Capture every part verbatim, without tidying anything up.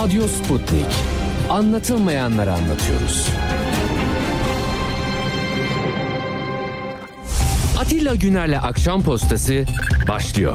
Radyo Sputnik. Anlatılmayanları anlatıyoruz. Atilla Güner'le Akşam Postası başlıyor.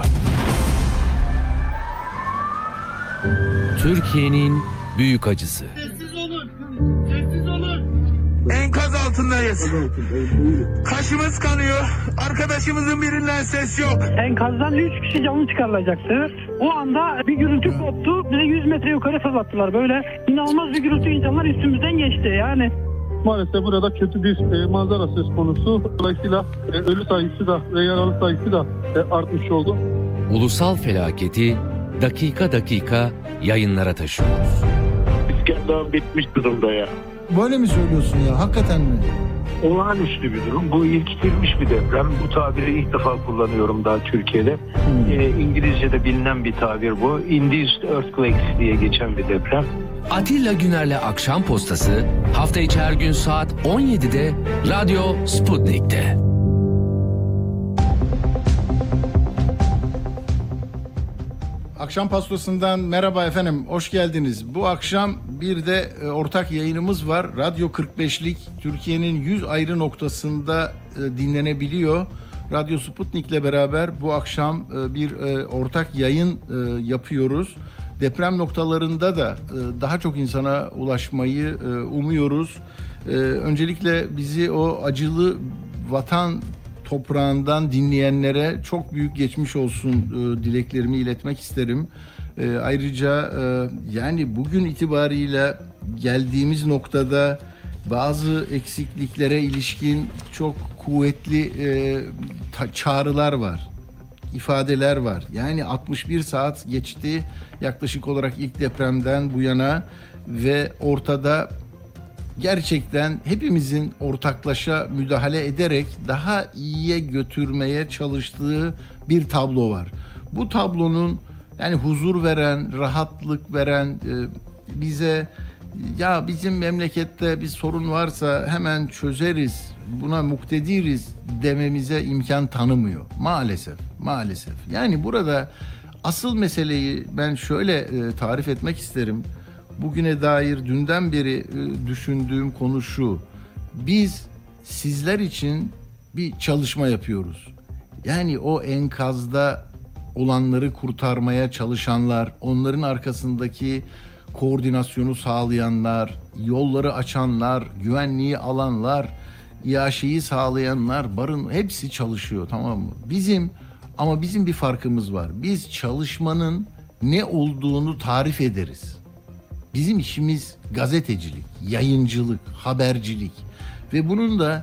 Türkiye'nin büyük acısı. Sessiz olun. Sessiz olun. Enkaz altındayız. Kaşımız kanıyor. Arkadaşımızın birinden ses yok. Enkazdan üç kişi canlı çıkarılacaktı. O anda bir gürültü koptu. Bize yüz metre yukarı fırlattılar. Böyle inanılmaz bir gürültü, insanlar üstümüzden geçti yani. Maalesef burada kötü bir e, manzara söz konusu. Dolayısıyla e, ölü sayısı da ve yaralı sayısı da e, artmış oldu. Ulusal felaketi dakika dakika yayınlara taşıyoruz. İskender bitmiş durumda ya. Böyle mi söylüyorsun ya? Hakikaten mi? Olağanüstü bir durum. Bu ilktilmiş bir deprem. Bu tabiri ilk defa kullanıyorum daha Türkiye'de. Hmm. Ee, İngilizce'de bilinen bir tabir bu. Induced Earthquakes diye geçen bir deprem. Atilla Güner'le Akşam Postası hafta içi her gün saat on yedide Radyo Sputnik'te. Akşam pastasından merhaba efendim, hoş geldiniz. Bu akşam bir de e, ortak yayınımız var. Radyo kırk beşlik Türkiye'nin yüz ayrı noktasında e, dinlenebiliyor. Radyo Sputnik'le beraber bu akşam e, bir e, ortak yayın e, yapıyoruz. Deprem noktalarında da e, daha çok insana ulaşmayı e, umuyoruz. E, öncelikle bizi o acılı vatan toprağından dinleyenlere çok büyük geçmiş olsun e, dileklerimi iletmek isterim. E, ayrıca e, yani bugün itibariyle geldiğimiz noktada bazı eksikliklere ilişkin çok kuvvetli e, ta- çağrılar var, ifadeler var. Yani altmış bir saat geçti yaklaşık olarak ilk depremden bu yana ve ortada gerçekten hepimizin ortaklaşa müdahale ederek daha iyiye götürmeye çalıştığı bir tablo var. Bu tablonun yani huzur veren, rahatlık veren, e, bize ya bizim memlekette bir sorun varsa hemen çözeriz, buna muktediriz dememize imkan tanımıyor. Maalesef, maalesef. Yani burada asıl meseleyi ben şöyle e, tarif etmek isterim. Bugüne dair dünden beri e, düşündüğüm konu şu. Biz sizler için bir çalışma yapıyoruz. Yani o enkazda olanları kurtarmaya çalışanlar, onların arkasındaki koordinasyonu sağlayanlar, yolları açanlar, güvenliği alanlar, iaşeyi sağlayanlar, barın hepsi çalışıyor, tamam mı? Bizim ama bizim bir farkımız var. Biz çalışmanın ne olduğunu tarif ederiz. Bizim işimiz gazetecilik, yayıncılık, habercilik ve bunun da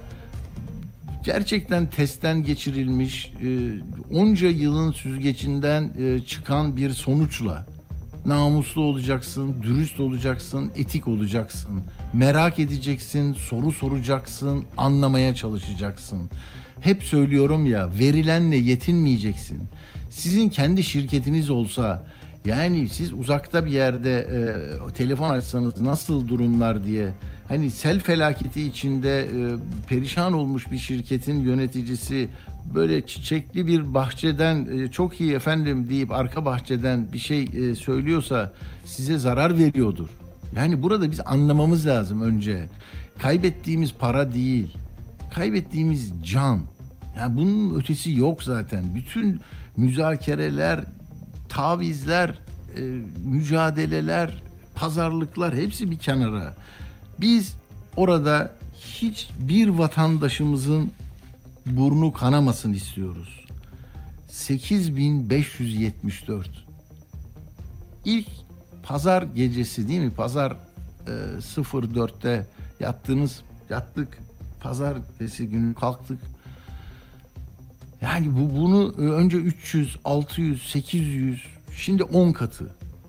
gerçekten testten geçirilmiş onca yılın süzgecinden çıkan bir sonuçla namuslu olacaksın, dürüst olacaksın, etik olacaksın, merak edeceksin, soru soracaksın, anlamaya çalışacaksın. Hep söylüyorum ya, verilenle yetinmeyeceksin. Sizin kendi şirketiniz olsa, yani siz uzakta bir yerde e, telefon açsanız nasıl durumlar diye, hani sel felaketi içinde e, perişan olmuş bir şirketin yöneticisi böyle çiçekli bir bahçeden e, çok iyi efendim deyip arka bahçeden bir şey e, söylüyorsa size zarar veriyordur. Yani burada biz anlamamız lazım önce. Kaybettiğimiz para değil, kaybettiğimiz can. Yani bunun ötesi yok zaten. Bütün müzakereler, tavizler, e, mücadeleler, pazarlıklar hepsi bir kenara. Biz orada hiçbir vatandaşımızın burnu kanamasın istiyoruz. sekiz bin beş yüz yetmiş dört. İlk pazar gecesi değil mi? Pazar e, sıfır dörtte yattığımız, yattık. Pazartesi günü kalktık. Yani bu bunu önce üç yüz, altı yüz, sekiz yüz, şimdi on katı.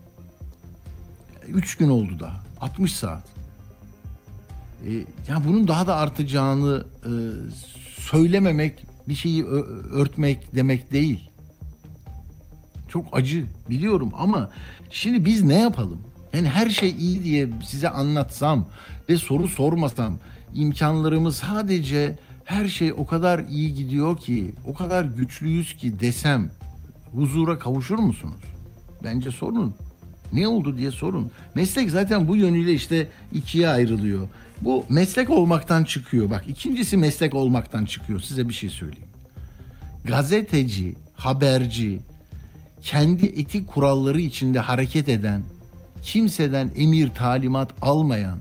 üç gün oldu daha. altmış saat. E, yani bunun daha da artacağını e, söylememek, bir şeyi ö- örtmek demek değil. Çok acı biliyorum ama şimdi biz ne yapalım? Yani her şey iyi diye size anlatsam ve soru sormasam, imkanlarımız sadece her şey o kadar iyi gidiyor ki, o kadar güçlüyüz ki desem huzura kavuşur musunuz? Bence sorun. Ne oldu diye sorun. Meslek zaten bu yönüyle işte ikiye ayrılıyor. Bu meslek olmaktan çıkıyor. Bak ikincisi meslek olmaktan çıkıyor. Size bir şey söyleyeyim. Gazeteci, haberci, kendi etik kuralları içinde hareket eden, kimseden emir talimat almayan,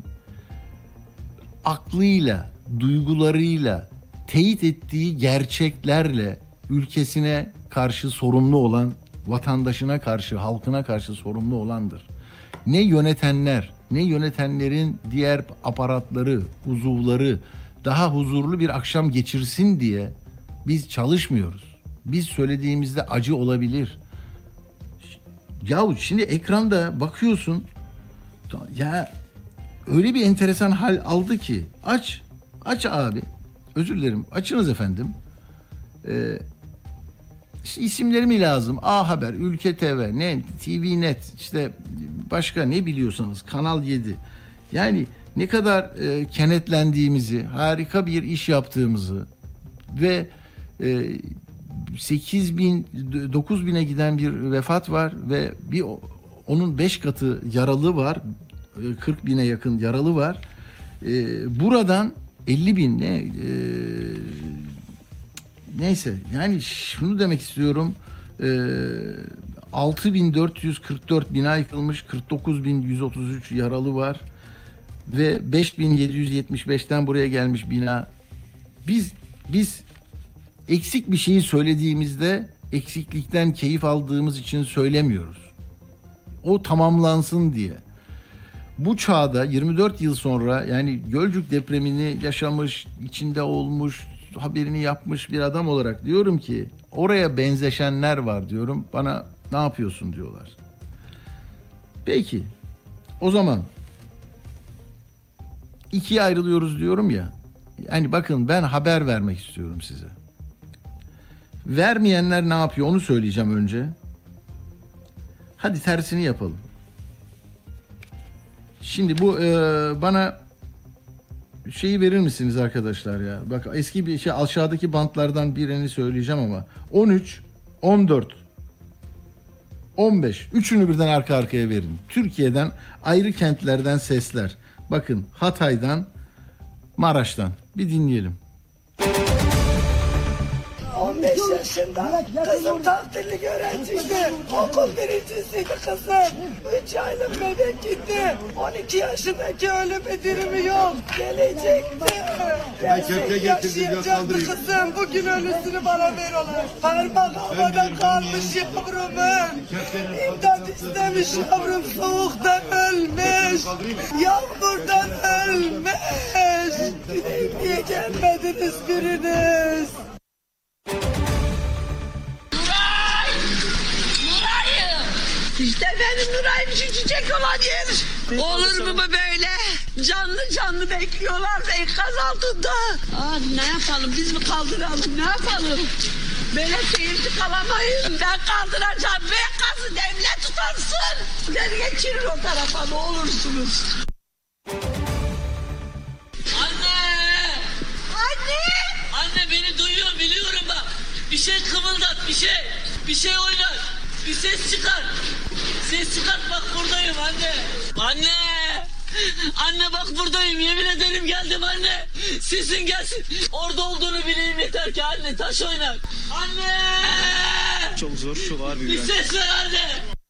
aklıyla, duygularıyla, teyit ettiği gerçeklerle ülkesine karşı sorumlu olan, vatandaşına karşı, halkına karşı sorumlu olandır. Ne yönetenler, ne yönetenlerin diğer aparatları, uzuvları daha huzurlu bir akşam geçirsin diye biz çalışmıyoruz. Biz söylediğimizde acı olabilir. Yahu şimdi ekranda bakıyorsun, ya öyle bir enteresan hal aldı ki, aç, aç abi, özür dilerim, açınız efendim. Ee, işte isimleri mi lazım? A Haber, Ülke T V, ne, T V Net, işte başka ne biliyorsanız, Kanal yedi. Yani ne kadar e, kenetlendiğimizi, harika bir iş yaptığımızı ve e, sekiz bin, dokuz bine giden bir vefat var ve bir onun beş katı yaralı var. kırk bine yakın yaralı var. Ee, buradan elli bin ne e, neyse yani şunu demek istiyorum. Ee, altı bin dört yüz kırk dört bina yıkılmış, kırk dokuz bin yüz otuz üç yaralı var ve beş bin yedi yüz yetmiş beşten buraya gelmiş bina. Biz biz eksik bir şeyi söylediğimizde eksiklikten keyif aldığımız için söylemiyoruz. O tamamlansın diye. Bu çağda yirmi dört yıl sonra, yani Gölcük depremini yaşamış, içinde olmuş, haberini yapmış bir adam olarak diyorum ki oraya benzeşenler var diyorum. Bana ne yapıyorsun diyorlar. Peki o zaman ikiye ayrılıyoruz diyorum ya. Yani bakın ben haber vermek istiyorum size. Vermeyenler ne yapıyor onu söyleyeceğim önce. Hadi tersini yapalım. Şimdi bu e, bana şeyi verir misiniz arkadaşlar ya? Bak eski bir şey, aşağıdaki bantlardan birini söyleyeceğim ama on üç, on dört, on beş üçünü birden arka arkaya verin. Türkiye'den ayrı kentlerden sesler. Bakın Hatay'dan, Maraş'tan bir dinleyelim. on beş yaşında kızım tahsilli öğrenciydi. Okul birincisiydi kızım. üç aylık bebek gitti. on iki yaşındaki ölüm bildirimi yok. Gelecekti. Gerçek yaşayacaktı kızım. Bugün ölüsünü bana ver olan. Parmak havada kalmış yavrumun. İmdat istemiş yavrum, soğuktan ölmüş. Yağmurdan ölmüş. Niye gelmediniz biriniz? İşte benim Nuray'ım, şu çiçek olan yer. Olur mu bu böyle? Canlı canlı bekliyorlar enkaz altında. Aa, ne yapalım, biz mi kaldıralım, ne yapalım? Böyle seyirci kalamayız. Ben kaldıracağım, enkazı devlet tutarsın. Beni geçirin o tarafa, ne olursunuz. Anne! Anne! Anne beni duyuyor, biliyorum bak. Bir şey kımıldat, bir şey. Bir şey oynat. Bir ses çıkar. Ses çıkart, bak buradayım anne. Anne. Anne bak buradayım, yemin ederim geldim anne. Sesin gelsin. Orada olduğunu bileyim yeter ki anne, taş oynar. Anne. Çok zor, çok ağır bir Bir ses ver anne.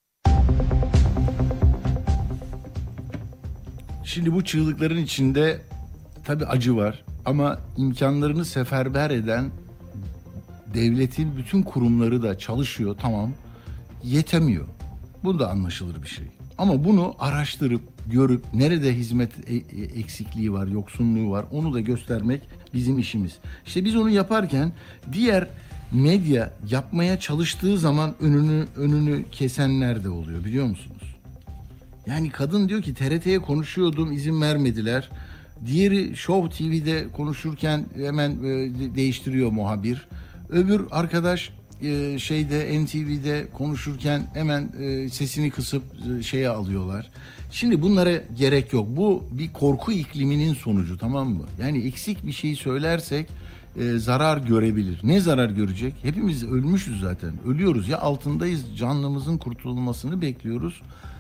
Şimdi bu çığlıkların içinde tabii acı var ama imkanlarını seferber eden devletin bütün kurumları da çalışıyor, tamam, yetemiyor. Bu da anlaşılır bir şey. Ama bunu araştırıp, görüp nerede hizmet eksikliği var, yoksunluğu var, onu da göstermek bizim işimiz. İşte biz onu yaparken diğer medya yapmaya çalıştığı zaman önünü önünü kesenler de oluyor, biliyor musunuz? Yani kadın diyor ki T R T'ye konuşuyordum, izin vermediler. Diğeri Show T V'de konuşurken hemen e, değiştiriyor muhabir. Öbür arkadaş e, şeyde N T V'de konuşurken hemen e, sesini kısıp e, şeye alıyorlar. Şimdi bunlara gerek yok. Bu bir korku ikliminin sonucu, tamam mı? Yani eksik bir şey söylersek e, zarar görebilir. Ne zarar görecek? Hepimiz ölmüşüz zaten. Ölüyoruz ya, altındayız. Canlımızın kurtulmasını bekliyoruz.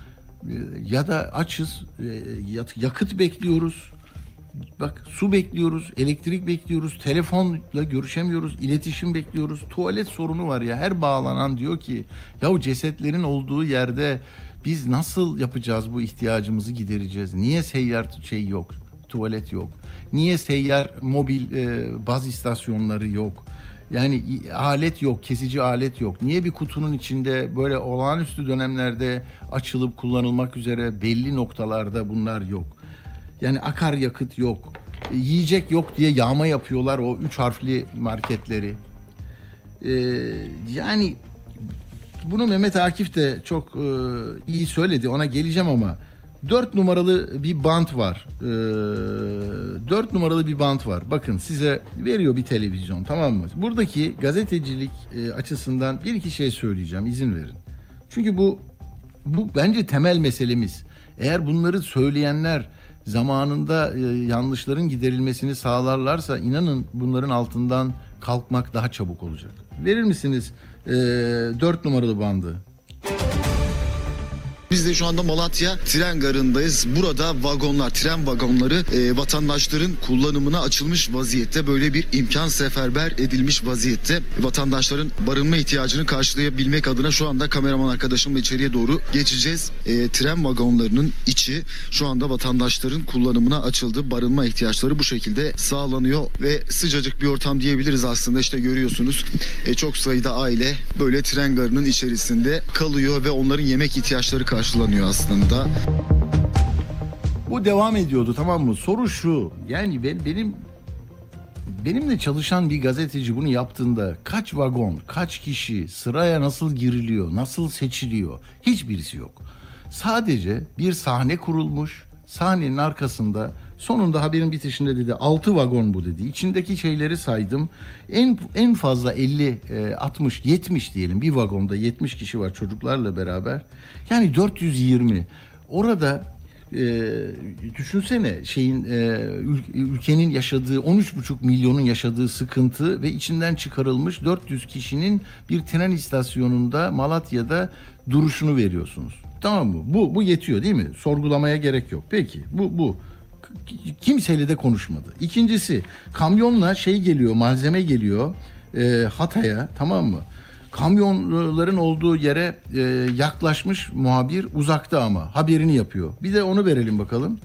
ya da açız, yakıt bekliyoruz. Bak, su bekliyoruz, elektrik bekliyoruz, telefonla görüşemiyoruz, iletişim bekliyoruz. Tuvalet sorunu var ya, her bağlanan diyor ki ya cesetlerin olduğu yerde biz nasıl yapacağız, bu ihtiyacımızı gidereceğiz? Niye seyyar şey yok, tuvalet yok? Niye seyyar mobil e, baz istasyonları yok? Yani alet yok, kesici alet yok. Niye bir kutunun içinde böyle olağanüstü dönemlerde açılıp kullanılmak üzere belli noktalarda bunlar yok? Yani akaryakıt yok, yiyecek yok diye yağma yapıyorlar o üç harfli marketleri. Ee, yani bunu Mehmet Akif de çok e, iyi söyledi, ona geleceğim ama dört numaralı bir bant var. Ee, dört numaralı bir bant var. Bakın, size veriyor bir televizyon, tamam mı? Buradaki gazetecilik e, açısından bir iki şey söyleyeceğim, izin verin. Çünkü bu bu bence temel meselemiz. Eğer bunları söyleyenler zamanında e, yanlışların giderilmesini sağlarlarsa inanın bunların altından kalkmak daha çabuk olacak. Verir misiniz e, dört numaralı bandı? Biz de şu anda Malatya tren garındayız. Burada vagonlar, tren vagonları e, vatandaşların kullanımına açılmış vaziyette. Böyle bir imkan seferber edilmiş vaziyette. Vatandaşların barınma ihtiyacını karşılayabilmek adına şu anda kameraman arkadaşımla içeriye doğru geçeceğiz. E, tren vagonlarının içi şu anda vatandaşların kullanımına açıldı. Barınma ihtiyaçları bu şekilde sağlanıyor ve sıcacık bir ortam diyebiliriz aslında. İşte görüyorsunuz e, çok sayıda aile böyle tren garının içerisinde kalıyor ve onların yemek ihtiyaçları karşılanıyor aslında. Bu devam ediyordu, tamam mı? Soru şu, yani ben, benim benimle çalışan bir gazeteci bunu yaptığında kaç vagon, kaç kişi, sıraya nasıl giriliyor, nasıl seçiliyor, hiçbirisi yok. Sadece bir sahne kurulmuş, sahnenin arkasında sonunda haberin bitişinde dedi altı vagon bu dedi. İçindeki şeyleri saydım. En en fazla elli, altmış, yetmiş diyelim. Bir vagonda yetmiş kişi var çocuklarla beraber. Yani dört yüz yirmi. Orada e, düşünsene şeyin e, ülkenin yaşadığı on üç buçuk milyonun yaşadığı sıkıntı ve içinden çıkarılmış dört yüz kişinin bir tren istasyonunda Malatya'da duruşunu veriyorsunuz. Tamam mı? Bu bu yetiyor değil mi? Sorgulamaya gerek yok. Peki bu bu kimseyle de konuşmadı. İkincisi, kamyonla şey geliyor, malzeme geliyor e, Hatay'a, tamam mı? Kamyonların olduğu yere e, yaklaşmış muhabir, uzakta ama haberini yapıyor. Bir de onu verelim bakalım.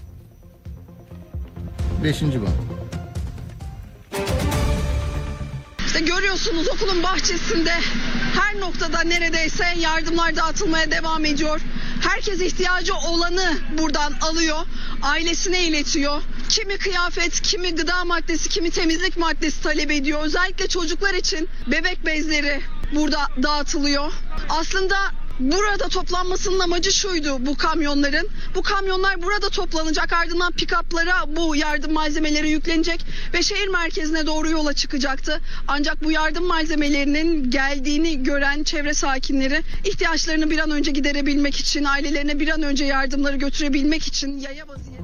Beşinci bak. İşte görüyorsunuz okulun bahçesinde her noktada neredeyse yardımlar dağıtılmaya devam ediyor. Herkes ihtiyacı olanı buradan alıyor, ailesine iletiyor. Kimi kıyafet, kimi gıda maddesi, kimi temizlik maddesi talep ediyor. Özellikle çocuklar için bebek bezleri burada dağıtılıyor. Aslında burada toplanmasının amacı şuydu bu kamyonların. Bu kamyonlar burada toplanacak, ardından pick-up'lara bu yardım malzemeleri yüklenecek ve şehir merkezine doğru yola çıkacaktı. Ancak bu yardım malzemelerinin geldiğini gören çevre sakinleri ihtiyaçlarını bir an önce giderebilmek için, ailelerine bir an önce yardımları götürebilmek için yaya vaziyette.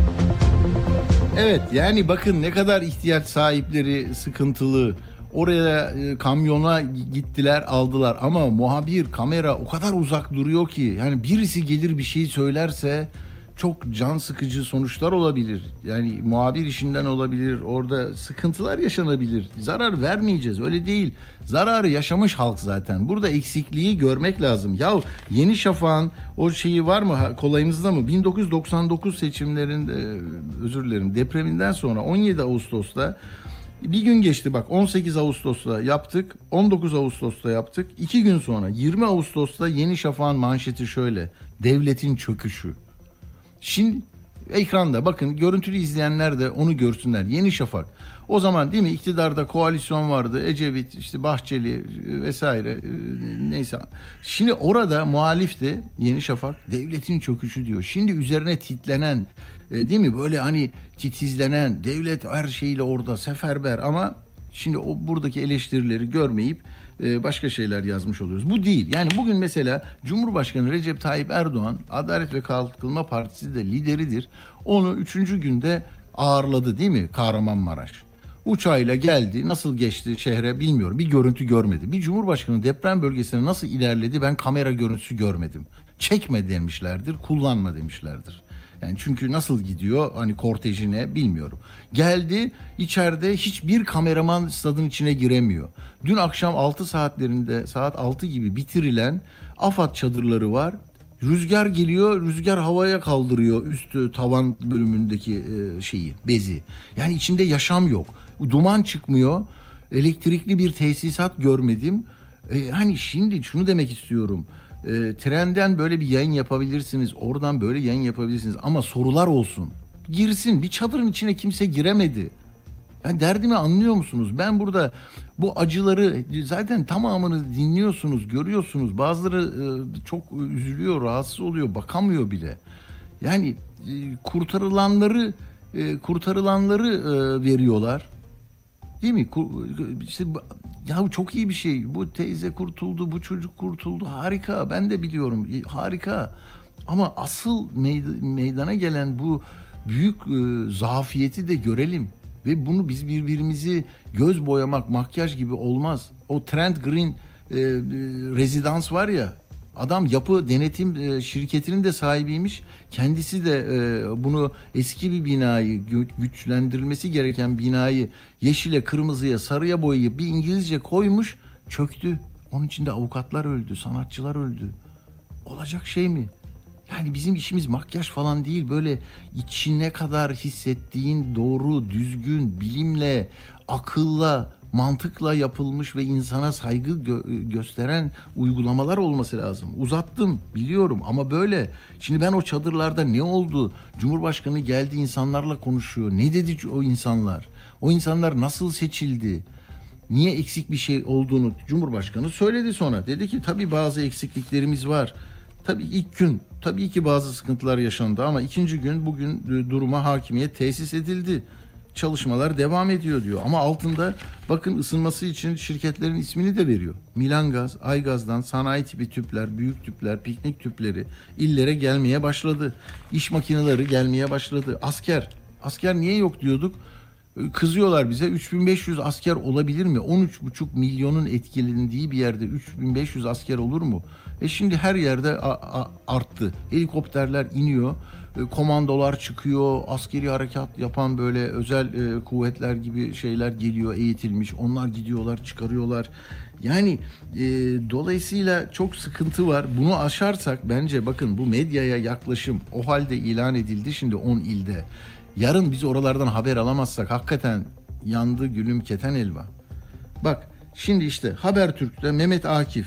Evet, yani bakın ne kadar ihtiyaç sahipleri sıkıntılı. Oraya e, kamyona gittiler, aldılar ama muhabir, kamera o kadar uzak duruyor ki yani birisi gelir bir şey söylerse çok can sıkıcı sonuçlar olabilir. Yani muhabir işinden olabilir, orada sıkıntılar yaşanabilir. Zarar vermeyeceğiz, öyle değil. Zararı yaşamış halk zaten. Burada eksikliği görmek lazım. Ya Yeni Şafak'ın o şeyi var mı kolayımızda mı? bin dokuz yüz doksan dokuz seçimlerinde, özür dilerim, depreminden sonra on yedi Ağustos'ta bir gün geçti bak, on sekiz Ağustos'ta yaptık, on dokuz Ağustos'ta yaptık. İki gün sonra yirmi Ağustos'ta Yeni Şafak'ın manşeti şöyle: devletin çöküşü. Şimdi ekranda bakın, görüntülü izleyenler de onu görsünler. Yeni Şafak. O zaman değil mi iktidarda koalisyon vardı. Ecevit, işte Bahçeli vesaire, neyse. Şimdi orada muhalifti Yeni Şafak, devletin çöküşü diyor. Şimdi üzerine titlenen, değil mi, böyle hani titizlenen, devlet her şeyle orada seferber, ama şimdi o buradaki eleştirileri görmeyip başka şeyler yazmış oluyoruz. Bu değil. Yani bugün mesela Cumhurbaşkanı Recep Tayyip Erdoğan, Adalet ve Kalkınma Partisi de lideridir. Onu üçüncü günde ağırladı değil mi Kahramanmaraş? Uçağıyla geldi. Nasıl geçti şehre bilmiyorum. Bir görüntü görmedi. Bir Cumhurbaşkanı deprem bölgesine nasıl ilerledi ben kamera görüntüsü görmedim. Çekme demişlerdir, kullanma demişlerdir. Yani çünkü nasıl gidiyor hani kortejine bilmiyorum. Geldi, içeride hiçbir kameraman stadın içine giremiyor. Dün akşam altı saatlerinde, saat altı gibi bitirilen AFAD çadırları var. Rüzgar geliyor, rüzgar havaya kaldırıyor üstü tavan bölümündeki e, şeyi, bezi. Yani içinde yaşam yok. Duman çıkmıyor. Elektrikli bir tesisat görmedim. E, hani şimdi şunu demek istiyorum. E, trenden böyle bir yayın yapabilirsiniz. Oradan böyle yayın yapabilirsiniz. Ama sorular olsun. Girsin. Bir çadırın içine kimse giremedi. Yani derdimi anlıyor musunuz? Ben burada bu acıları zaten tamamını dinliyorsunuz, görüyorsunuz. Bazıları e, çok üzülüyor, rahatsız oluyor, bakamıyor bile. Yani e, kurtarılanları e, kurtarılanları e, veriyorlar. Değil mi? İşte, ya çok iyi bir şey. Bu teyze kurtuldu, bu çocuk kurtuldu. Harika. Ben de biliyorum. Harika. Ama asıl meydana gelen bu büyük e, zafiyeti de görelim. Ve bunu biz birbirimizi göz boyamak, makyaj gibi olmaz. O Trent Green e, e, rezidans var ya, adam yapı denetim e, şirketinin de sahibiymiş. Kendisi de e, bunu eski bir binayı, güçlendirilmesi gereken binayı yeşile, kırmızıya, sarıya boyayıp bir İngilizce koymuş, çöktü. Onun içinde avukatlar öldü, sanatçılar öldü. Olacak şey mi? Yani bizim işimiz makyaj falan değil, böyle içine kadar hissettiğin doğru, düzgün, bilimle, akılla, mantıkla yapılmış ve insana saygı gö- gösteren uygulamalar olması lazım. Uzattım biliyorum ama böyle. Şimdi ben o çadırlarda ne oldu? Cumhurbaşkanı geldi, insanlarla konuşuyor. Ne dedi o insanlar? O insanlar nasıl seçildi? Niye eksik bir şey olduğunu Cumhurbaşkanı söyledi sonra. Dedi ki tabii bazı eksikliklerimiz var. Tabii ilk gün tabii ki bazı sıkıntılar yaşandı ama ikinci gün bugün duruma hakimiyet tesis edildi. Çalışmalar devam ediyor diyor. Ama altında bakın ısınması için şirketlerin ismini de veriyor. Milangaz, Aygaz'dan sanayi tipi tüpler, büyük tüpler, piknik tüpleri illere gelmeye başladı. İş makineleri gelmeye başladı. Asker, asker niye yok diyorduk. Kızıyorlar bize. üç bin beş yüz asker olabilir mi? on üç buçuk milyonun etkilendiği bir yerde üç bin beş yüz asker olur mu? E şimdi her yerde a- a- arttı. Helikopterler iniyor. E, komandolar çıkıyor. Askeri harekat yapan böyle özel e, kuvvetler gibi şeyler geliyor, eğitilmiş. Onlar gidiyorlar, çıkarıyorlar. Yani e, dolayısıyla çok sıkıntı var. Bunu aşarsak bence bakın bu medyaya yaklaşım o halde ilan edildi şimdi on ilde. Yarın biz oralardan haber alamazsak hakikaten yandı gülüm keten elva. Bak şimdi işte Habertürk'te Mehmet Akif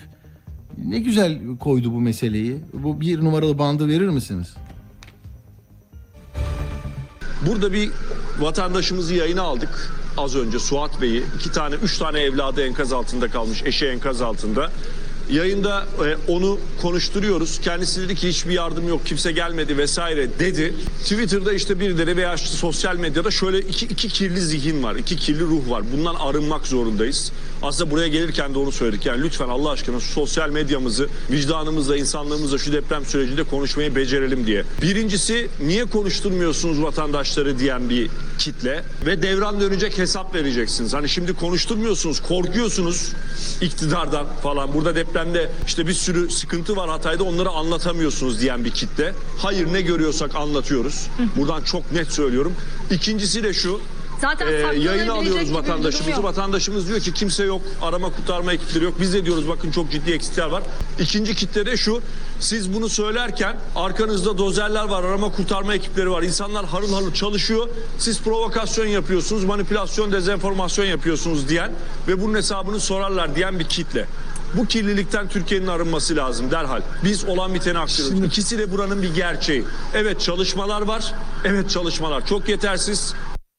ne güzel koydu bu meseleyi. Bu bir numaralı bandı verir misiniz? Burada bir vatandaşımızı yayına aldık az önce, Suat Bey'i. İki tane, üç tane evladı enkaz altında kalmış, eşi enkaz altında. Yayında e, onu konuşturuyoruz. Kendisi dedi ki hiçbir yardım yok, kimse gelmedi vesaire dedi. Twitter'da işte birileri veya işte sosyal medyada şöyle iki, iki kirli zihin var, iki kirli ruh var. Bundan arınmak zorundayız. Aslında buraya gelirken de onu söyledik. Yani lütfen Allah aşkına şu sosyal medyamızı vicdanımızla, insanlığımızla şu deprem sürecinde konuşmayı becerelim diye. Birincisi niye konuşturmuyorsunuz vatandaşları diyen bir kitle ve devran dönecek, hesap vereceksiniz. Hani şimdi konuşturmuyorsunuz, korkuyorsunuz iktidardan falan. Burada depremde işte bir sürü sıkıntı var Hatay'da, onları anlatamıyorsunuz diyen bir kitle. Hayır, ne görüyorsak anlatıyoruz. Buradan çok net söylüyorum. İkincisi de şu. Zaten Ee, yayına alıyoruz gibi bir durum vatandaşımızı. yok. Vatandaşımız diyor ki kimse yok, arama kurtarma ekipleri yok. Biz de diyoruz bakın çok ciddi eksikler var. İkinci kitle de şu. Siz bunu söylerken arkanızda dozerler var, arama kurtarma ekipleri var. İnsanlar harıl harıl çalışıyor. Siz provokasyon yapıyorsunuz, manipülasyon, dezenformasyon yapıyorsunuz diyen ve bunun hesabını sorarlar diyen bir kitle. Bu kirlilikten Türkiye'nin arınması lazım derhal. Biz olan biteni aktarıyoruz. Şimdi... İkisi de buranın bir gerçeği. Evet çalışmalar var. Evet çalışmalar çok yetersiz.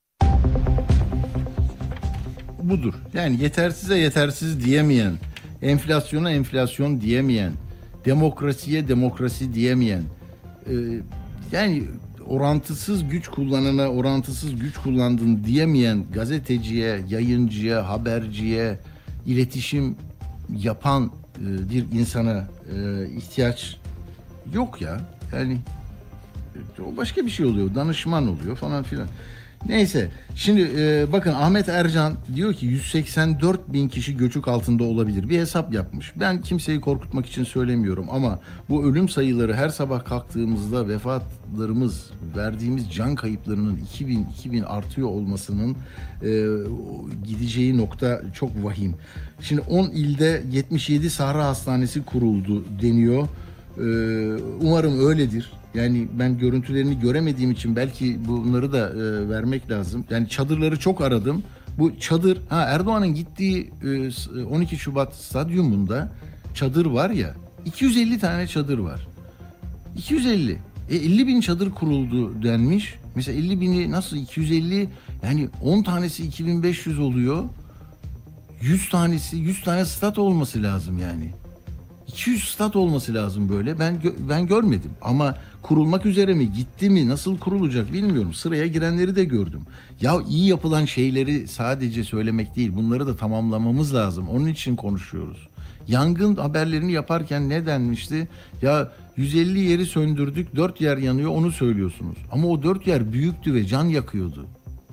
Budur. Yani yetersize yetersiz diyemeyen, enflasyona enflasyon diyemeyen, demokrasiye demokrasi diyemeyen, e, yani orantısız güç kullanana orantısız güç kullandın diyemeyen gazeteciye, yayıncıya, haberciye, iletişim yapan e, bir insana e, ihtiyaç yok ya. Yani e, o başka bir şey oluyor. Danışman oluyor falan filan. Neyse şimdi e, bakın Ahmet Ercan diyor ki yüz seksen dört bin kişi göçük altında olabilir. Bir hesap yapmış. Ben kimseyi korkutmak için söylemiyorum ama bu ölüm sayıları her sabah kalktığımızda vefatlarımız, verdiğimiz can kayıplarının iki bin iki bin artıyor olmasının e, gideceği nokta çok vahim. Şimdi on ilde yetmiş yedi Sahra Hastanesi kuruldu deniyor. E, umarım öyledir. Yani ben görüntülerini göremediğim için belki bunları da e, vermek lazım. Yani çadırları çok aradım. Bu çadır, ha Erdoğan'ın gittiği e, on iki Şubat stadyumunda çadır var ya, iki yüz elli tane çadır var. iki yüz elli. E elli bin çadır kuruldu denmiş. Mesela elli bini nasıl iki yüz elli, yani on tanesi iki bin beş yüz oluyor. yüz tanesi, yüz tane stat olması lazım yani. iki yüz stat olması lazım böyle. Ben ben görmedim ama kurulmak üzere mi, gitti mi, nasıl kurulacak bilmiyorum. Sıraya girenleri de gördüm. Ya iyi yapılan şeyleri sadece söylemek değil, bunları da tamamlamamız lazım. Onun için konuşuyoruz. Yangın haberlerini yaparken ne denmişti? Ya yüz elli yeri söndürdük, dört yer yanıyor, onu söylüyorsunuz. Ama o dört yer büyüktü ve can yakıyordu.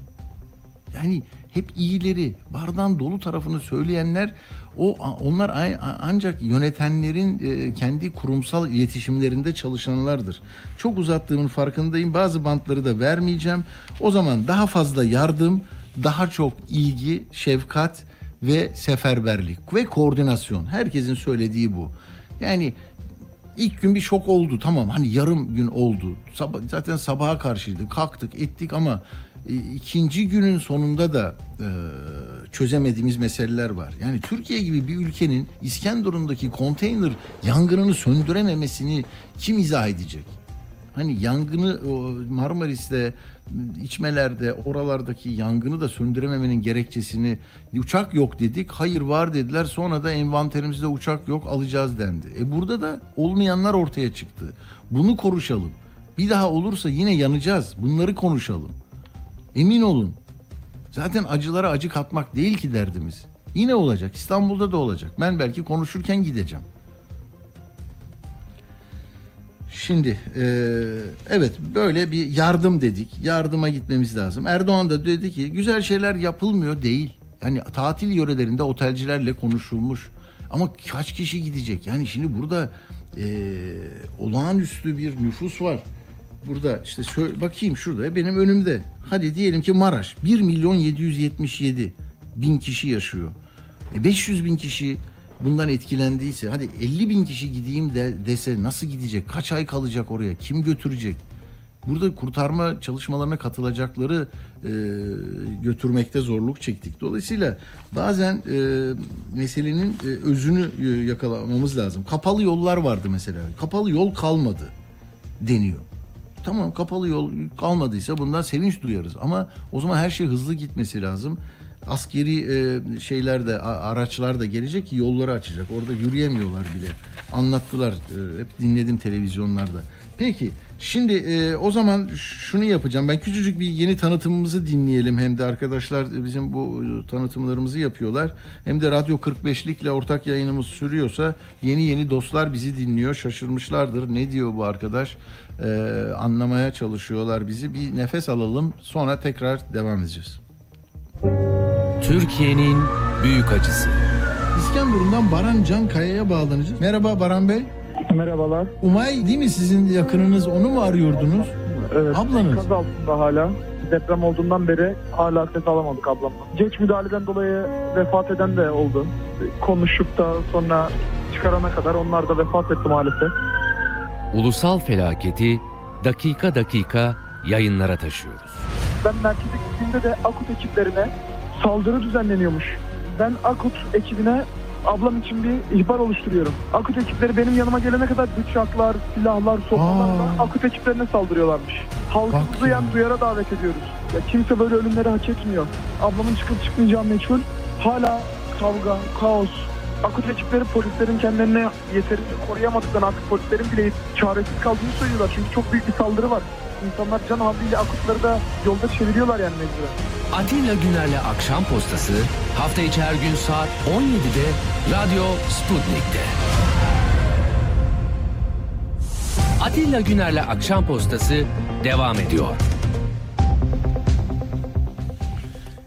Yani hep iyileri, bardağın dolu tarafını söyleyenler, o onlar ancak yönetenlerin kendi kurumsal iletişimlerinde çalışanlardır. Çok uzattığımın farkındayım. Bazı bantları da vermeyeceğim. O zaman daha fazla yardım, daha çok ilgi, şefkat ve seferberlik ve koordinasyon. Herkesin söylediği bu. Yani ilk gün bir şok oldu, tamam, hani yarım gün oldu. Sabah, zaten sabaha karşıydı. Kalktık, ettik ama e, ikinci günün sonunda da e, çözemediğimiz meseleler var. Yani Türkiye gibi bir ülkenin İskenderun'daki konteyner yangınını söndürememesini kim izah edecek? Hani yangını Marmaris'te, İçmeler'de, oralardaki yangını da söndürememenin gerekçesini, uçak yok dedik, hayır var dediler, sonra da envanterimizde uçak yok, alacağız dendi. E burada da olmayanlar ortaya çıktı. Bunu konuşalım. Bir daha olursa yine yanacağız. Bunları konuşalım. Emin olun. Zaten acılara acı katmak değil ki derdimiz. Yine olacak. İstanbul'da da olacak. Ben belki konuşurken gideceğim. Şimdi e, evet, böyle bir yardım dedik. Yardıma gitmemiz lazım. Erdoğan da dedi ki güzel şeyler yapılmıyor değil. Yani tatil yörelerinde otelcilerle konuşulmuş. Ama kaç kişi gidecek? Yani şimdi burada e, olağanüstü bir nüfus var. Burada işte şöyle bakayım, şurada benim önümde. Hadi diyelim ki Maraş bir milyon yedi yüz yetmiş yedi bin kişi yaşıyor. E beş yüz bin kişi bundan etkilendiyse, hadi elli bin kişi gideyim de dese nasıl gidecek? Kaç ay kalacak oraya? Kim götürecek? Burada kurtarma çalışmalarına katılacakları e, götürmekte zorluk çektik. Dolayısıyla bazen e, meselenin e, özünü e, yakalamamız lazım. Kapalı yollar vardı mesela. Kapalı yol kalmadı deniyor. Tamam, kapalı yol kalmadıysa bundan sevinç duyarız. Ama o zaman her şey hızlı gitmesi lazım. Askeri e, şeyler de, araçlar da gelecek ki yolları açacak. Orada yürüyemiyorlar bile. Anlattılar. E, hep dinledim televizyonlarda. Peki şimdi e, o zaman şunu yapacağım. Ben küçücük bir yeni tanıtımımızı dinleyelim. Hem de arkadaşlar bizim bu tanıtımlarımızı yapıyorlar. Hem de Radyo kırk beşlikle ortak yayınımız sürüyorsa yeni yeni dostlar bizi dinliyor. Şaşırmışlardır. Ne diyor bu arkadaş? E, anlamaya çalışıyorlar bizi. Bir nefes alalım. Sonra tekrar devam edeceğiz. Türkiye'nin büyük acısı. İskenderun'dan Baran Cankaya'ya bağlanacağız. Merhaba Baran Bey. Merhabalar. Umay değil mi sizin yakınınız? Onu mu arıyordunuz? Evet. Ablanız. Kaz altında hala. Deprem olduğundan beri hala ses alamadık ablamla. Geç müdahaleden dolayı vefat eden de oldu. Konuşup da sonra çıkarana kadar onlar da vefat etti maalesef. Ulusal felaketi dakika dakika yayınlara taşıyoruz. Ben merkeze gittiğimde de AKUT ekiplerine saldırı düzenleniyormuş. Ben AKUT ekibine ablam için bir ihbar oluşturuyorum. AKUT ekipleri benim yanıma gelene kadar bıçaklar, silahlar, sopalarla AKUT ekiplerine saldırıyorlarmış. Halkımızı yan duyara davet ediyoruz. Ya kimse böyle ölümleri hak etmiyor. Ablamın çıkıp çıkmayacağı meçhul. Hala kavga, kaos. AKUT ekipleri polislerin kendilerine yeterince koruyamadıklarını, artık polislerin bile çaresiz kaldığını söylüyorlar. Çünkü çok büyük bir saldırı var. İnsanlar can havliyle AKUT'ları da yolda çeviriyorlar yani mecburen. Atilla Güner'le Akşam Postası hafta içi her gün saat on yedide Radyo Sputnik'te. Atilla Güner'le Akşam Postası devam ediyor.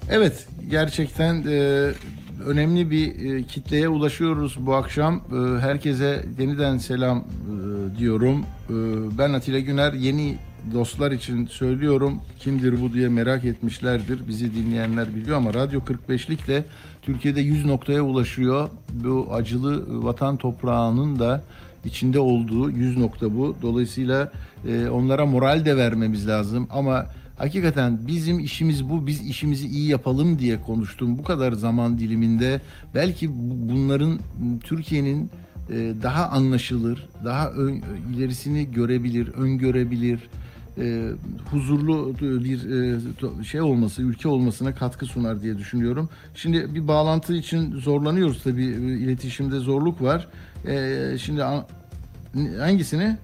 Evet, gerçekten e, önemli bir e, kitleye ulaşıyoruz bu akşam. E, herkese yeniden selam e, diyorum. E, ben Atilla Güner. Yeni dostlar için söylüyorum. Kimdir bu diye merak etmişlerdir. Bizi dinleyenler biliyor ama Radyo kırk beşlikle Türkiye'de yüz noktaya ulaşıyor. Bu acılı vatan toprağının da içinde olduğu yüz nokta bu. Dolayısıyla e, onlara moral de vermemiz lazım ama hakikaten bizim işimiz bu, biz işimizi iyi yapalım diye konuştum. Bu kadar zaman diliminde belki bunların Türkiye'nin daha anlaşılır, daha ön, ilerisini görebilir, öngörebilir, huzurlu bir şey olması, ülke olmasına katkı sunar diye düşünüyorum. Şimdi bir bağlantı için zorlanıyoruz tabii, iletişimde zorluk var. Şimdi hangisini?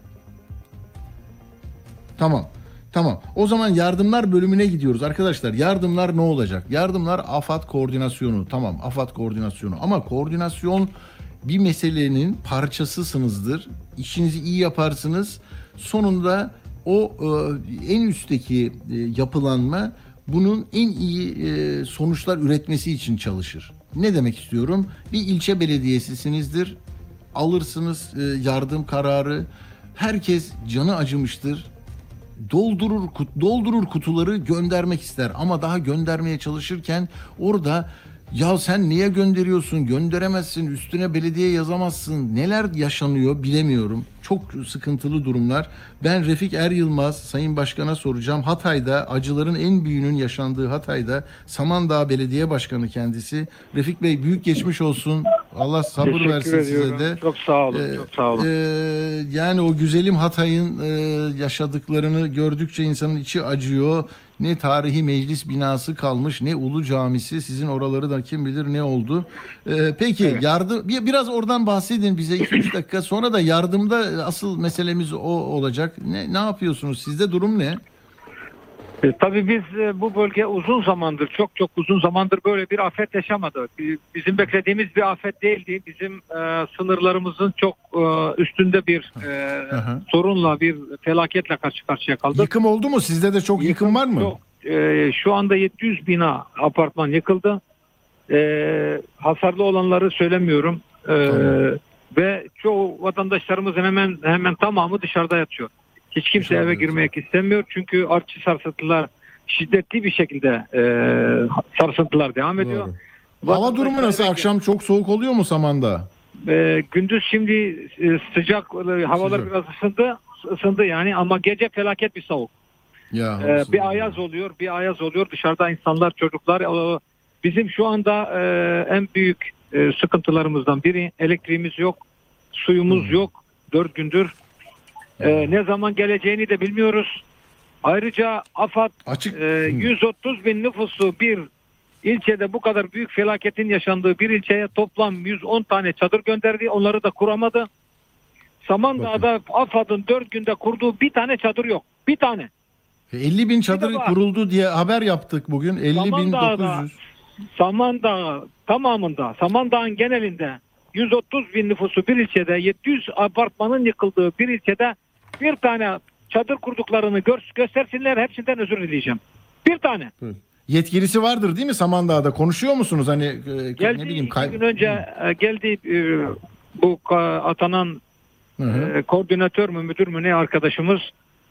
Tamam. Tamam. O zaman yardımlar bölümüne gidiyoruz. Arkadaşlar yardımlar ne olacak? Yardımlar AFAD koordinasyonu. Tamam, AFAD koordinasyonu. Ama koordinasyon bir meselenin parçasısınızdır. İşinizi iyi yaparsınız. Sonunda o e, en üstteki e, yapılanma bunun en iyi e, sonuçlar üretmesi için çalışır. Ne demek istiyorum? Bir ilçe belediyesisinizdir. Alırsınız e, yardım kararı. Herkes canı acımıştır. Doldurur doldurur kutuları, göndermek ister ama daha göndermeye çalışırken orada ya sen niye gönderiyorsun, gönderemezsin, üstüne belediye yazamazsın, neler yaşanıyor bilemiyorum. Çok sıkıntılı durumlar. Ben Refik Er Yılmaz Sayın Başkan'a soracağım. Hatay'da, acıların en büyüğünün yaşandığı Hatay'da Samandağ Belediye Başkanı kendisi. Refik Bey, büyük geçmiş olsun. Allah sabır Teşekkür versin ediyorum. size de. Çok sağ olun. Ee, çok sağ olun. E, yani o güzelim Hatay'ın e, yaşadıklarını gördükçe insanın içi acıyor. Ne tarihi meclis binası kalmış, ne ulu camisi. Sizin oraları da kim bilir ne oldu. Ee, peki evet. yardım bir, biraz oradan bahsedin bize iki üç dakika. Sonra da yardımda asıl meselemiz o olacak. Ne ne yapıyorsunuz? Sizde durum ne? E, tabii biz e, bu bölge uzun zamandır, çok çok uzun zamandır böyle bir afet yaşamadı. Bizim beklediğimiz bir afet değildi. Bizim e, sınırlarımızın çok e, üstünde bir e, sorunla, bir felaketle karşı karşıya kaldık. Yıkım oldu mu? Sizde de çok yıkım, yıkım var mı? Çok. E, şu anda yedi yüz bina, apartman yıkıldı. E, hasarlı olanları söylemiyorum. E, tamam. Ve çoğu vatandaşlarımızın hemen hemen tamamı dışarıda yatıyor. Hiç kimse dışarıda eve girmek yatıyor. istemiyor. Çünkü artçı sarsıntılar şiddetli bir şekilde e, sarsıntılar devam ediyor. Hava durumu nasıl? Akşam çok soğuk oluyor mu Samandağ? E, gündüz şimdi e, sıcak, e, havalar sıcak. biraz ısındı, ısındı yani ama gece felaket bir soğuk. Ya, e, bir ayaz oluyor, bir ayaz oluyor. Dışarıda insanlar, çocuklar. E, bizim şu anda e, en büyük e, sıkıntılarımızdan biri elektriğimiz yok, suyumuz hmm. yok. Dört gündür. Ee, ne zaman geleceğini de bilmiyoruz. Ayrıca AFAD Açık. E, yüz otuz bin nüfusu bir ilçede bu kadar büyük felaketin yaşandığı bir ilçeye toplam yüz on tane çadır gönderdi. Onları da kuramadı. Samandağ'da AFAD'ın dört günde kurduğu bir tane çadır yok. Bir tane. elli bin çadır kuruldu diye haber yaptık bugün. elli bin dokuz yüz. Samandağ tamamında, Samandağ'ın genelinde yüz otuz bin nüfusu bir ilçede, yedi yüz apartmanın yıkıldığı bir ilçede bir tane çadır kurduklarını gö- göstersinler, hepsinden özür dileyeceğim. Bir tane. Evet. Yetkilisi vardır değil mi Samandağ'da? Konuşuyor musunuz? Hani e, geldi, ne bileyim kay- iki gün önce e, geldi e, bu ka- atanan e, koordinatör mü müdür mü ne arkadaşımız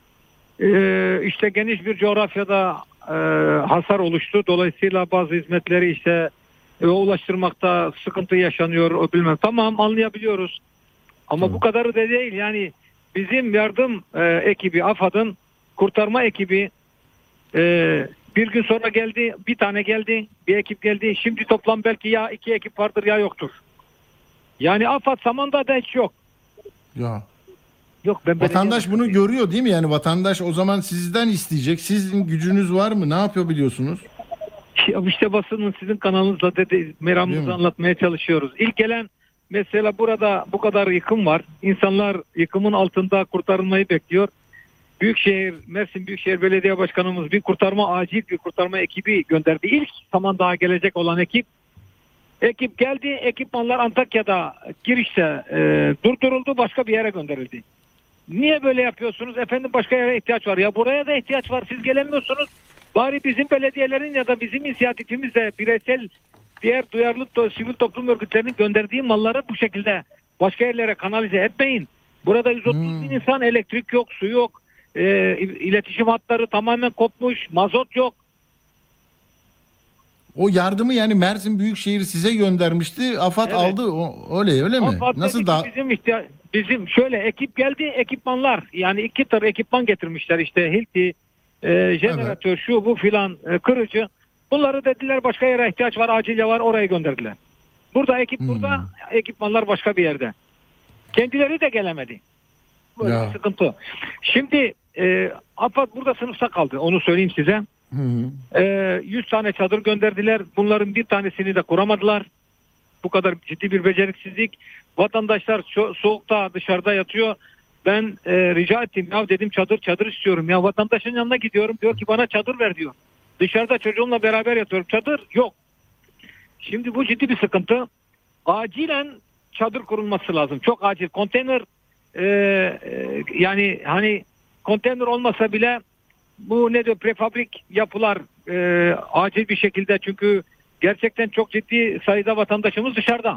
e, işte geniş bir coğrafyada e, hasar oluştu. Dolayısıyla bazı hizmetleri işte e, ulaştırmakta sıkıntı yaşanıyor, o bilmem. Tamam, anlayabiliyoruz. Ama Hı. bu kadarı da değil. Yani bizim yardım e, ekibi, AFAD'ın kurtarma ekibi e, bir gün sonra geldi, bir tane geldi, bir ekip geldi. Şimdi toplam belki ya iki ekip vardır ya yoktur. Yani AFAD Samandağ'da hiç yok. Ya. Yok, ben vatandaş bunu görüyor değil mi? Yani vatandaş o zaman sizden isteyecek. Sizin gücünüz var mı? Ne yapıyor biliyorsunuz? İşte basının sizin kanalınızla dedi, meramımızı anlatmaya çalışıyoruz. İlk gelen mesela burada bu kadar yıkım var. İnsanlar yıkımın altında kurtarılmayı bekliyor. Büyükşehir, Mersin Büyükşehir Belediye Başkanımız bir kurtarma, acil bir kurtarma ekibi gönderdi. İlk Samandağ'a gelecek olan ekip. Ekip geldi, ekipmanlar Antakya'da girişte e, durduruldu, başka bir yere gönderildi. Niye böyle yapıyorsunuz? Efendim başka yere ihtiyaç var. Ya buraya da ihtiyaç var, siz gelemiyorsunuz. Bari bizim belediyelerin ya da bizim inisiyatifimizle bireysel diğer duyarlı to- sivil toplum örgütlerinin gönderdiği malları bu şekilde başka yerlere kanalize etmeyin. Burada yüz otuz bin insan, elektrik yok, su yok, e, iletişim hatları tamamen kopmuş, mazot yok. O yardımı yani Mersin Büyükşehir size göndermişti. AFAD Evet. aldı. O, öyle öyle mi? AFAD Nasıl dedi da ki bizim ihtiya- bizim şöyle ekip geldi, ekipmanlar yani iki tır ekipman getirmişler işte Hilti, e, jeneratör, şu bu filan, e, kırıcı. Bunları dediler başka yere ihtiyaç var, acilce var, oraya gönderdiler. Burada ekip burada, ekipmanlar başka bir yerde. Kendileri de gelemedi. Böyle Ya. bir sıkıntı. Şimdi e, AFAD burada sınıfta kaldı. Onu söyleyeyim size. Hı hı. E, yüz tane çadır gönderdiler. Bunların bir tanesini de kuramadılar. Bu kadar ciddi bir beceriksizlik. Vatandaşlar so- soğukta dışarıda yatıyor. Ben e, rica ettim. Ya dedim çadır çadır istiyorum. Ya vatandaşın yanına gidiyorum. Diyor ki bana çadır ver diyor. Dışarıda çocuğumla beraber yatıyorum. Çadır yok. Şimdi bu ciddi bir sıkıntı. Acilen çadır kurulması lazım. Çok acil. Konteyner e, e, yani hani konteyner olmasa bile bu ne diyor prefabrik yapılar e, acil bir şekilde çünkü gerçekten çok ciddi sayıda vatandaşımız dışarıda.